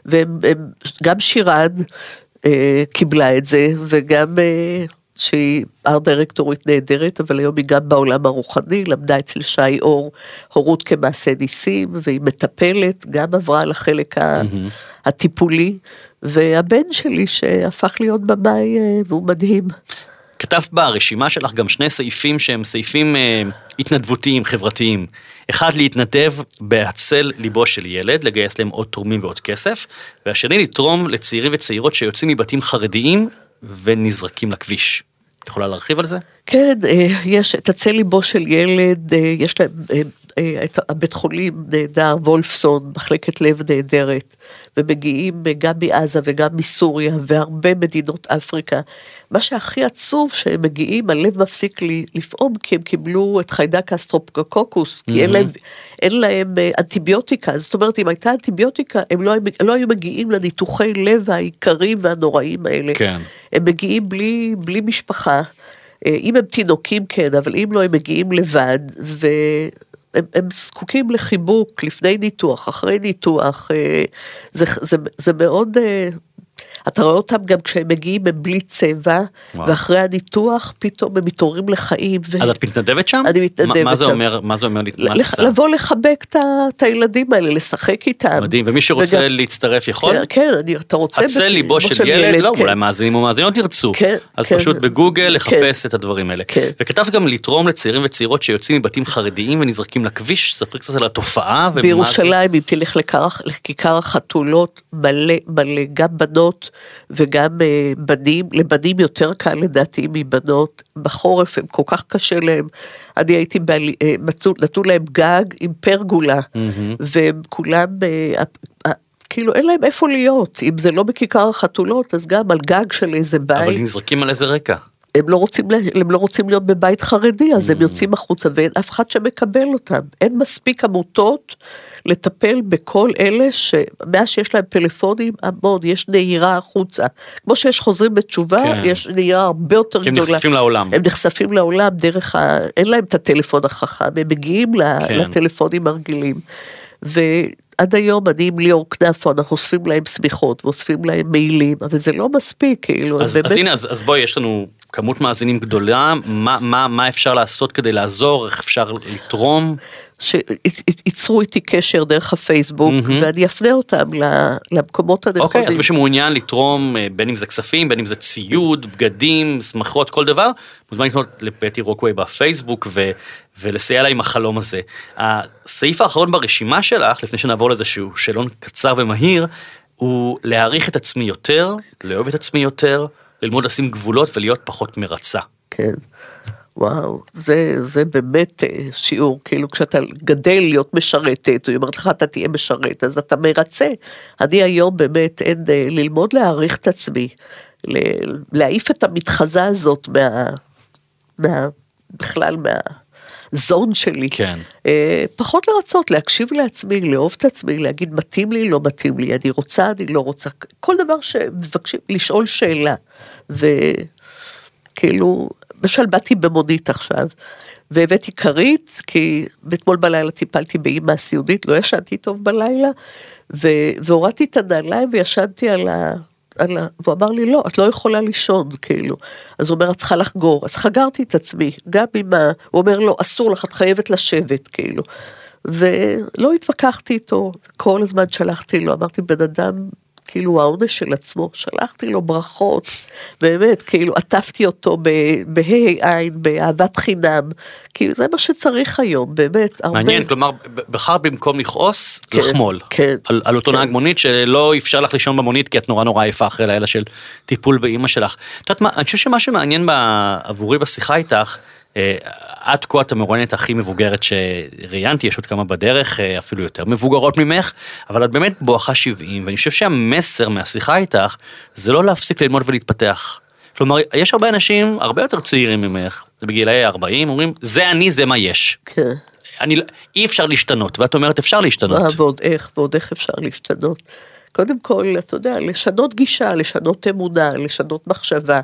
וגם שירד אה, קיבלה את זה, וגם אה, שהיא ארט דירקטורית נהדרת, אבל היום היא גם בעולם הרוחני, למדה אצל שי אור, הורות כמעשה ניסים, והיא מטפלת, גם עברה לחלק mm-hmm. הטיפולי, והבן שלי שהפך להיות במאי, אה, והוא מדהים. כתבת ברשימה שלך גם שני סעיפים שהם סעיפים אה, התנדבותיים, חברתיים. אחד להתנדב בהצל ליבו של ילד, לגייס להם עוד תורמים ועוד כסף, והשני לתרום לצעירים וצעירות שיוצאים מבתים חרדיים ונזרקים לכביש. את יכולה להרחיב על זה? כן, יש את הצל ליבו של ילד, יש להם את הבית חולים נהדר, וולפסון, מחלקת לב נהדרת, ומגיעים גם מעזה וגם מסוריה, והרבה מדינות אפריקה. מה שהכי עצוב שהם מגיעים, הלב מפסיק לי לפעום, כי הם קיבלו את חיידק הסטרופטוקוקוס, כי אין להם, אין להם אנטיביוטיקה, זאת אומרת, אם הייתה אנטיביוטיקה, הם לא, לא היו מגיעים לניתוחי לב העיקריים והנוראים האלה. כן. הם מגיעים בלי, בלי משפחה, אם הם תינוקים כן, אבל אם לא, הם מגיעים לבד, והם הם זקוקים לחיבוק, לפני ניתוח, אחרי ניתוח, זה, זה, זה מאוד... אתה רואה אותם גם כשהם מגיעים הם בלי צבע, וואו. ואחרי הניתוח פתאום הם מתעוררים לחיים. ו... אז את מתנדבת שם? אני מתנדבת מה, מה זה שם. אומר, מה זה אומר? לח... לבוא לחבק את, את הילדים האלה, לשחק איתם. מדהים, ומי שרוצה וגם... להצטרף יכול? כן, כן אני, אתה רוצה... הצל ליבו של, של ילד, ילד לא, כן. אולי מאזינים או מאזינות ירצו. כן, אז כן. פשוט בגוגל לחפש כן. את הדברים האלה. כן. וכתב גם לתרום לצעירים וצעירות שיוצאים מבתים חרדיים ונזרקים לכביש, ספרי קצת על התופעה. בירושלים, אם תלך לכיכר החתולות, מלא, מלא, גם בנות וגם בנים, לבנים יותר קל לדעתי מבנות, בחורף הם כל כך קשה להם, אני הייתי, נתנו להם גג עם פרגולה, והם כולם, כאילו אין להם איפה להיות, אם זה לא בכיכר החתולות, אז גם על גג של איזה בית. אבל נזרקים על איזה רקע? הם לא רוצים, הם לא רוצים להיות בבית חרדי, אז הם יוצאים החוצה, ואין אף אחד שמקבל אותם. אין מספיק עמותות לטפל בכל אלה, שמאז שיש להם פלאפונים, המון, יש נהירה החוצה. כמו שיש חוזרים בתשובה, כן. יש נהירה הרבה יותר גדולה. הם נחשפים לעולם. הם נחשפים לעולם דרך ה... אין להם את הטלפון החכם, הם מגיעים כן. לטלפונים הרגילים. ועד היום אני עם ליאור כנפו, אנחנו אוספים להם סמיכות, ואוספים להם מיילים, אבל זה לא מספיק, כאילו. אז, באמת... אז הנה, אז, אז בואי, יש לנו כמות מאזינים גדולה, מה, מה, מה אפשר לעשות כדי לעזור, איך אפשר לתרום? שיצרו איתי קשר דרך הפייסבוק, mm-hmm. ואני אפנה אותם למקומות הנכונים. אוקיי, אז מי שמעוניין לתרום, בין אם זה כספים, בין אם זה ציוד, בגדים, שמחות, כל דבר, מוזמן לקנות לפטי רוקווי בפייסבוק, ו, ולסייע לה עם החלום הזה. הסעיף האחרון ברשימה שלך, לפני שנעבור לאיזשהו שאלון קצר ומהיר, הוא להעריך את עצמי יותר, לאהוב את עצמי יותר, ללמוד לשים גבולות ולהיות פחות מרצה. כן. וואו, זה, זה באמת שיעור, כאילו כשאתה גדל להיות משרתת, הוא אומרת לך אתה תהיה משרת, אז אתה מרצה. אני היום באמת אין ללמוד להעריך את עצמי, להעיף את המתחזה הזאת מה, מה, בכלל מהזון שלי. כן. פחות לרצות, להקשיב לעצמי, לאהוב את עצמי, להגיד מתאים לי, לא מתאים לי, אני רוצה, אני לא רוצה, כל דבר שמבקשים, לשאול שאלה, וכאילו... למשל, באתי במונית עכשיו, והבאתי כרית, כי אתמול בלילה טיפלתי באמא הסיעודית, לא ישנתי טוב בלילה, והורדתי את הנעליים וישנתי על ה... על ה... והוא אמר לי, לא, את לא יכולה לישון, כאילו. אז הוא אומר, את צריכה לחגור, אז חגרתי את עצמי, גם עם ה... הוא אומר, לא, אסור לך, את חייבת לשבת, כאילו. ולא התווכחתי איתו, כל הזמן שלחתי לו, אמרתי, בן אדם... כאילו העונש של עצמו, שלחתי לו ברכות, באמת, כאילו עטפתי אותו בהי עין, באהבת חינם, כאילו זה מה שצריך היום, באמת, הרבה. מעניין, כלומר, בחר במקום לכעוס, כן, לחמול, כן, על, על אותו כן. נהג מונית, שלא אפשר לך לישון במונית, כי את נורא נורא עייפה אחרי לילה של טיפול באמא שלך. את יודעת מה, אני חושב שמה שמעניין עבורי בשיחה איתך, עד כה את המרואיינת הכי מבוגרת שראיינתי, יש עוד כמה בדרך, אפילו יותר מבוגרות ממך, אבל את באמת בואכה שבעים, ואני חושב שהמסר מהשיחה איתך, זה לא להפסיק ללמוד ולהתפתח. כלומר, יש הרבה אנשים, הרבה יותר צעירים ממך, בגילאי ארבעים, אומרים, זה אני, זה מה יש. כן. אני, אי אפשר להשתנות, ואת אומרת, אפשר להשתנות. ועוד איך, ועוד איך אפשר להשתנות. קודם כל, אתה יודע, לשנות גישה, לשנות אמונה, לשנות מחשבה,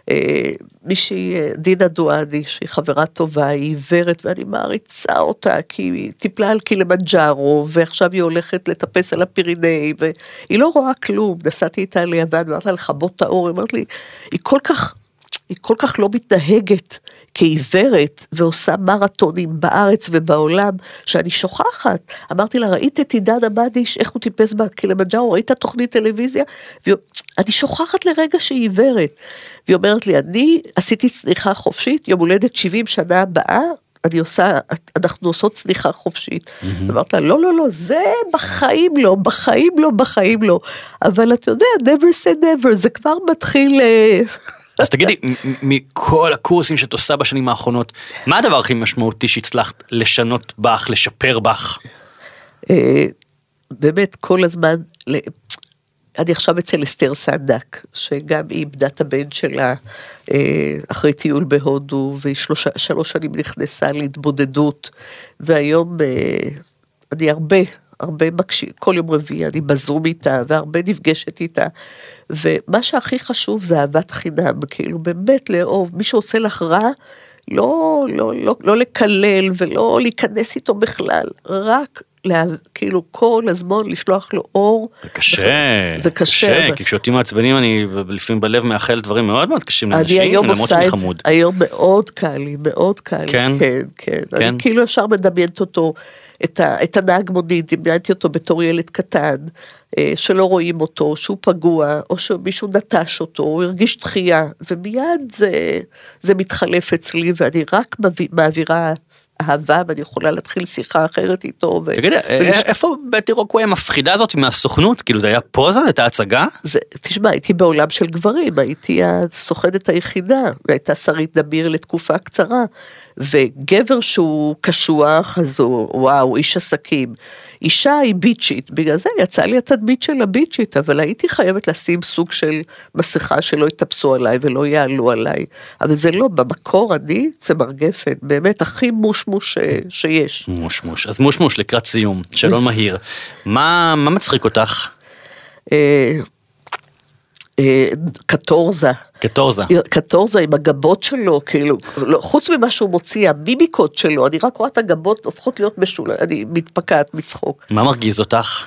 מישהי, דינה דואדי, שהיא חברה טובה, היא עיוורת, ואני מעריצה אותה, כי היא טיפלה על קילימנג'ארו, ועכשיו היא הולכת לטפס על הפירינאי, והיא לא רואה כלום, נסעתי איתה ליוון, ואמרת לה לכבות את האור, אמרת לי, היא כל כך, היא כל כך לא מתנהגת כעיוורת, ועושה מרתונים בארץ ובעולם, שאני שוכחת. אמרתי לה, ראית את עידן עמדיש, איך הוא טיפס בקילימנג'ארו, ראית תוכנית טלוויזיה, ואני שוכחת לרגע שהיא עיוורת. והיא אומרת לי, אני עשיתי צניחה חופשית, יום הולדת שבעים שנה הבאה, אני עושה, אנחנו עושות צניחה חופשית. אמרת לה, לא, לא, לא, זה בחיים לא, בחיים לא, בחיים לא. אבל אתה יודע, never say never, זה כבר מתחיל... אז תגידי, מכל הקורסים שאת עושה בשנים האחרונות, מה הדבר הכי משמעותי שהצלחת לשנות בך, לשפר בך? באמת, כל הזמן, אני עכשיו אצל אסתר סנדק, שגם היא איבדה את הבן שלה, אחרי טיול בהודו, והיא שלוש שנים נכנסה להתבודדות, והיום אני הרבה, הרבה מקשיב, כל יום רביעי אני בזום איתה, והרבה נפגשת איתה, ומה שהכי חשוב זה אהבת חינם, כאילו באמת לאהוב, מי שעושה לך רע, לא, לא, לא, לא לקלל ולא להיכנס איתו בכלל, רק לה, כאילו כל הזמן לשלוח לו אור. זה קשה, זה קשה. כי כשאותי מעצבנים אני לפעמים בלב מאחל דברים מאוד מאוד קשים לאנשים, למרות שאני חמוד. היום מאוד קל לי, מאוד קל לי. כן? כן, כן. כן. אני כאילו ישר מדמיינת אותו, את, ה, את הנהג מונית, דמיינתי אותו בתור ילד קטן, שלא רואים אותו, שהוא פגוע, או שמישהו נטש אותו, הוא הרגיש דחייה, ומיד זה, זה מתחלף אצלי, ואני רק מעבירה אהבה, ואני יכולה להתחיל שיחה אחרת איתו. תגידי, איפה בטי רוקווי המפחידה הזאת מהסוכנות? כאילו זה היה פוזה, הייתה הצגה? תשמע, הייתי בעולם של גברים, הייתי הסוכנת היחידה, הייתה שרית דמיר לתקופה קצרה, וגבר שהוא קשוח, אז הוא, וואו, איש עסקים, אישה היא ביצ'ית, בגלל זה יצא לי התדמית של הביצ'ית, אבל הייתי חייבת לשים סוג של מסכה שלא יתפסו עליי ולא יעלו עליי, אבל זה לא, במקור אני צמרגפת, באמת הכי מושמוש שיש. מושמוש, אז מושמוש לקראת סיום, שאלון מהיר, מה, מה מצחיק אותך? קטורזה. קטורזה. קטורזה עם הגבות שלו, כאילו, חוץ ממה שהוא מוציא, המימיקות שלו, אני רק רואה את הגבות הופכות להיות משולה, אני מתפקעת מצחוק. מה מרגיז אותך?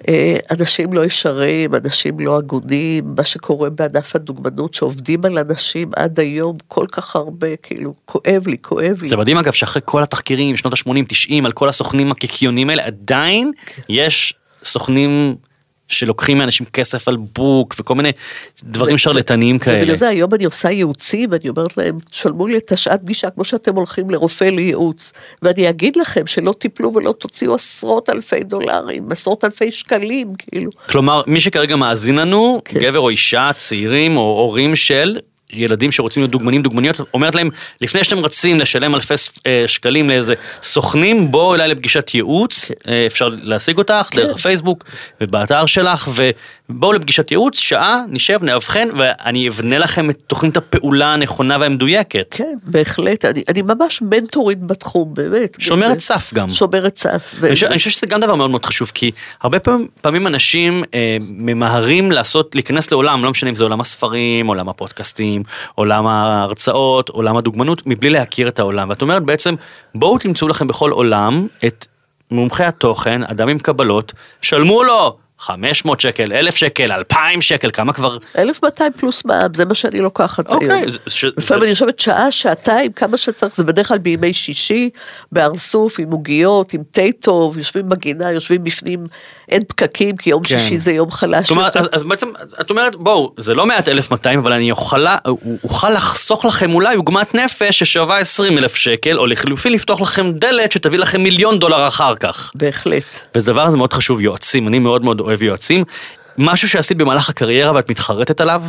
אנשים לא ישרים, אנשים לא הגונים, מה שקורה בענף הדוגמנות, שעובדים על אנשים עד היום כל כך הרבה, כאילו, כואב לי, כואב לי. זה מדהים אגב, שאחרי כל התחקירים, שנות ה-שמונים תשעים, על כל הסוכנים הקיקיונים האלה, עדיין יש סוכנים שלוקחים מאנשים כסף על בוק, וכל מיני דברים שרלטניים כאלה. ובגלל זה היום אני עושה ייעוצים, ואני אומרת להם, שלמו לי את השעת פגישה, כמו שאתם הולכים לרופא לייעוץ, ואני אגיד לכם שלא טיפלו ולא תוציאו עשרות אלפי דולרים, עשרות אלפי שקלים, כאילו. כלומר, מי שכרגע מאזין לנו, גבר או אישה, צעירים או הורים של ילדים שרוצים להיות דוגמנים, דוגמניות, אומרת להם, לפני שאתם רצים לשלם אלפי שקלים לאיזה סוכנים, בואו אליי לפגישת ייעוץ, אפשר להשיג אותך דרך הפייסבוק ובאתר שלך, ובואו לפגישת ייעוץ, שעה, נשב, נאבחן, ואני אבנה לכם את תוכנית הפעולה הנכונה והמדויקת. כן, בהחלט, אני, אני ממש מנטורית בתחום, באמת. שומרת סף גם. שומרת סף. אני חושב, אני חושב שזה גם דבר מאוד מאוד חשוב, כי הרבה פעמים, פעמים אנשים אה, ממהרים לעשות, להיכנס לעולם, לא משנה אם זה עולם הספרים, עולם הפודקאסטים, עולם ההרצאות, עולם הדוגמנות, מבלי להכיר את העולם. ואת אומרת בעצם, בואו תמצאו לכם בכל עולם את מומחי התוכן, אדם עם קבלות, שלמו לו חמש מאות שקל, אלף שקל, אלפיים שקל, כמה כבר? אלף מאתיים פלוס מע"מ, זה מה שאני לוקחת היום. אוקיי. לפעמים אני חושבת שעה, שעתיים, כמה שצריך, זה בדרך כלל בימי שישי, בארסוף, עם עוגיות, עם תה טוב, יושבים בגינה, יושבים בפנים, אין פקקים, כי יום שישי זה יום חלש. אז בעצם, את אומרת, בואו, זה לא מעט אלף מאתיים, אבל אני אוכל לחסוך לכם אולי עוגמת נפש ששווה עשרים אלף שקל, או לחילופין לפתוח לכם דלת שתביא לכם מיליון דולר אחר כך. בהחלט. וזה דבר הזה מאוד חשוב, יועצים, אני מאוד מאוד אוהב יועצים. משהו שעשית במהלך הקריירה ואת מתחרטת עליו?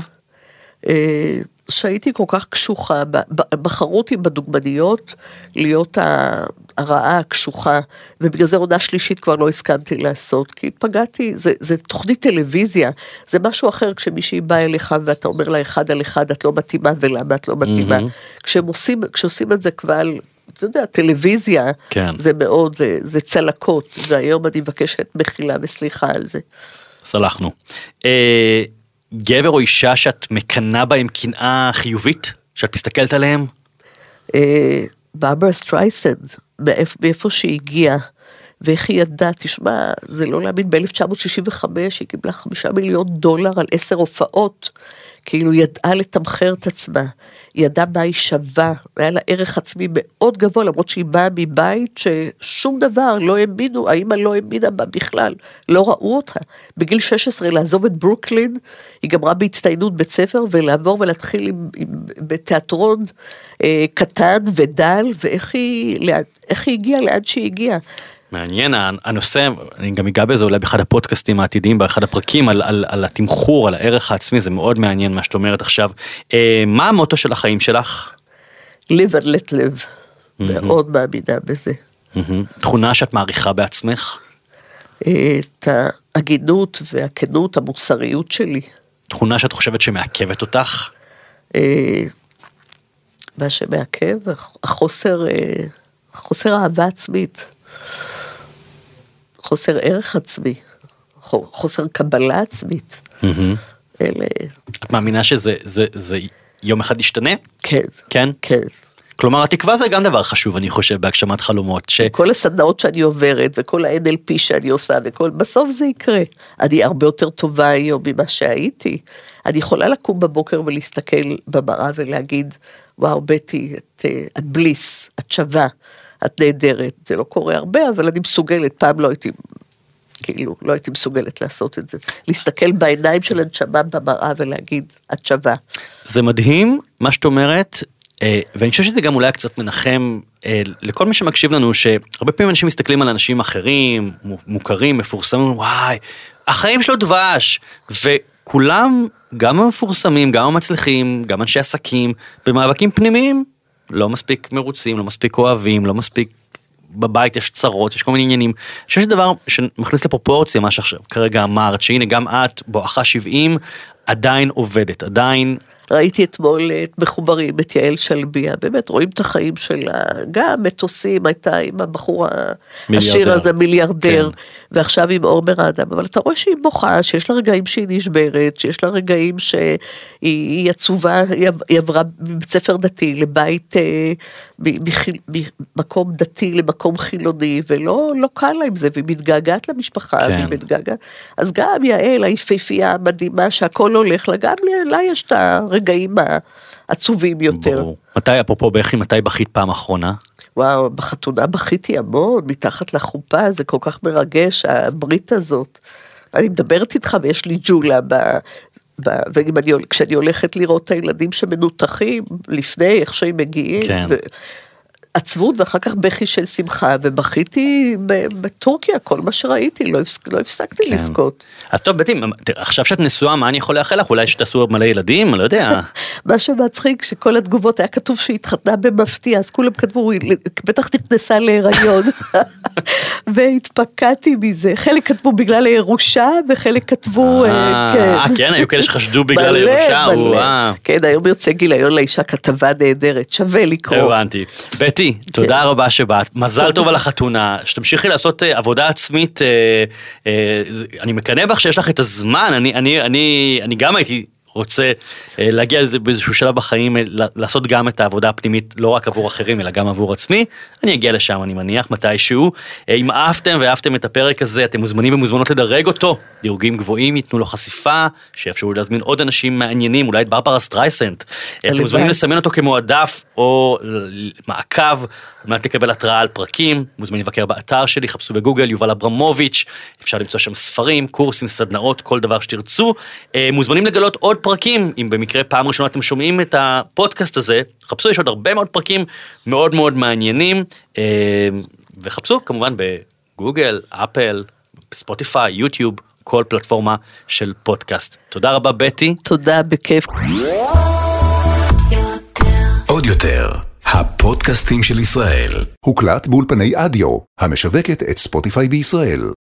שהייתי כל כך קשוחה, בחרו אותי בדוגמניות להיות הרעה הקשוחה, ובגלל זה עונה שלישית כבר לא הסכמתי לעשות, כי פגעתי, זה, זה תוכנית טלוויזיה, זה משהו אחר כשמישהי באה אליך ואתה אומר לה אחד על אחד, את לא מתאימה ולמה את לא מתאימה. Mm-hmm. כשהם עושים, כשעושים את זה כבר, אתה יודע, טלוויזיה, כן. זה מאוד, זה, זה צלקות, והיום אני מבקשת מחילה וסליחה על זה. סלחנו. אה... גבר או אישה שאת מקנה בהם קנאה חיובית, שאת מסתכלת עליהם? ברברה סטרייסנד, מאיפה שהיא הגיעה, ואיך היא ידעה, תשמע, זה לא להאמין, ב-אלף תשע מאות שישים וחמש היא קיבלה חמישה מיליון דולר על עשר הופעות, כאילו ידעה לתמחר את עצמה, היא ידעה מה היא שווה, היה לה ערך עצמי מאוד גבוה, למרות שהיא באה מבית ששום דבר לא האמינו, האמא לא האמינה בה בכלל, לא ראו אותה. בגיל שש עשרה לעזוב את ברוקלין, היא גמרה בהצטיינות בית ספר, ולעבור ולהתחיל עם, עם, בתיאטרון אה, קטן ודל, ואיך היא, לאן, איך היא הגיעה, לאן שהיא הגיעה. מעניין, הנושא, אני גם אגע בזה אולי באחד הפודקאסטים העתידיים, באחד הפרקים על, על, על התמחור, על הערך העצמי, זה מאוד מעניין מה שאת אומרת עכשיו. אה, מה המוטו של החיים שלך? live and let live, mm-hmm. מאוד מאמינה בזה. Mm-hmm. תכונה שאת מעריכה בעצמך? את ההגינות והכנות, המוסריות שלי. תכונה שאת חושבת שמעכבת אותך? אה, מה שמעכב, החוסר, חוסר אהבה עצמית. חוסר ערך עצמי, חוסר קבלה עצמית. אלה... את מאמינה שזה זה, זה יום אחד ישתנה? כן. כן? כן. כלומר, התקווה זה גם דבר חשוב, אני חושב, בהגשמת חלומות. ש... כל הסדנאות שאני עוברת, וכל ה-אן אל פי שאני עושה, וכל... בסוף זה יקרה. אני הרבה יותר טובה היום ממה שהייתי. אני יכולה לקום בבוקר ולהסתכל במראה ולהגיד, וואו, בטי, את, את בליס, את שווה. את נהדרת, זה לא קורה הרבה, אבל אני מסוגלת, פעם לא הייתי, כאילו, לא הייתי מסוגלת לעשות את זה. להסתכל בעיניים של הנשמה במראה ולהגיד, את שווה. זה מדהים, מה שאת אומרת, ואני חושב שזה גם אולי קצת מנחם לכל מי שמקשיב לנו, שהרבה פעמים אנשים מסתכלים על אנשים אחרים, מוכרים, מפורסמים, וואי, החיים שלו דבש, וכולם, גם המפורסמים, גם המצליחים, גם אנשי עסקים, במאבקים פנימיים, לא מספיק מרוצים, לא מספיק אוהבים, לא מספיק בבית יש צרות, יש כל מיני עניינים. אני חושב שדבר שמכניס לפרופורציה, מה שעכשיו כרגע אמרת, שהנה גם את, בואכה שבעים, עדיין עובדת, עדיין... ראיתי אתמול את מחוברים, את יעל שלביה, באמת רואים את החיים שלה, גם מטוסים הייתה עם הבחור השיר הזה, מיליארדר, כן. ועכשיו עם אורמר האדם, אבל אתה רואה שהיא בוכה, שיש לה רגעים שהיא נשברת, שיש לה רגעים שהיא עצובה, היא עברה מבית ספר דתי לבית, ממקום דתי למקום חילוני, ולא לא קל לה עם זה, והיא מתגעגעת למשפחה, כן. והיא מתגעגעת, אז גם יעל, היפהפייה המדהימה, שהכל הולך לה, גם לה יש את הרגעים העצובים יותר. ברור. מתי, אפרופו בכי, מתי בכית פעם אחרונה? וואו, בחתונה בכיתי המון, מתחת לחופה, זה כל כך מרגש, הברית הזאת. אני מדברת איתך ויש לי ג'ולה ב... וכשאני הולכת לראות את הילדים שמנותחים, לפני איך שהם מגיעים, כן. ו... עצבות ואחר כך בכי של שמחה, ובכיתי בטורקיה, כל מה שראיתי, לא, הפסק, לא הפסקתי כן. לבכות. אז טוב, בטי, עכשיו שאת נשואה, מה אני יכול לאחל לך? אולי שתעשו מלא ילדים? אני לא יודע. מה שמצחיק, שכל התגובות היה כתוב שהיא התחתנה במפתיע, אז כולם כתבו, בטח נכנסה להיריון, והתפקעתי מזה. חלק כתבו בגלל הירושה, וחלק כתבו, כן. כן, היו כאלה שחשדו בגלל הירושה. כן, היום יוצא גיליון לאישה כתבה נהדרת, שווה לקרוא. הבנתי. בטי, תודה רבה שבאת, מזל טוב על החתונה, שתמשיכי לעשות עבודה עצמית, אני מקנא בך שיש לך את הזמן, אני גם הייתי רוצה להגיע באיזשהו שלב בחיים, לעשות גם את העבודה הפנימית, לא רק עבור אחרים, אלא גם עבור עצמי, אני אגיע לשם, אני מניח, מתישהו, אם אהבתם ואהבתם את הפרק הזה, אתם מוזמנים ומוזמנות לדרג אותו, דירוגים גבוהים, ייתנו לו חשיפה, שאפשרו להזמין עוד אנשים מעניינים, אולי את ברברה סטרייסנד, אתם מוזמנים לסמן אותו כמועדף, או מעקב, מנת לקבל התראה על פרקים, מוזמנים לבקר באתר שלי, חפשו בגוגל, יובל אברמוביץ', אפשר למצוא שם ספרים, קורסים, סדנאות, כל דבר שתרצו, מוזמנים לגלות עוד פרקים, אם במקרה פעם ראשונה אתם שומעים את הפודקאסט הזה, חפשו, יש עוד הרבה מאוד פרקים מאוד מאוד מעניינים, וחפשו כמובן בגוגל, אפל, ספוטיפיי, יוטיוב, כל פלטפורמה של פודקאסט. תודה רבה בטי. תודה, בכיף. עוד יותר, הפודקאסטים של ישראל. הוקלט באולפני אדיו, המשווקת את ספוטיפיי בישראל.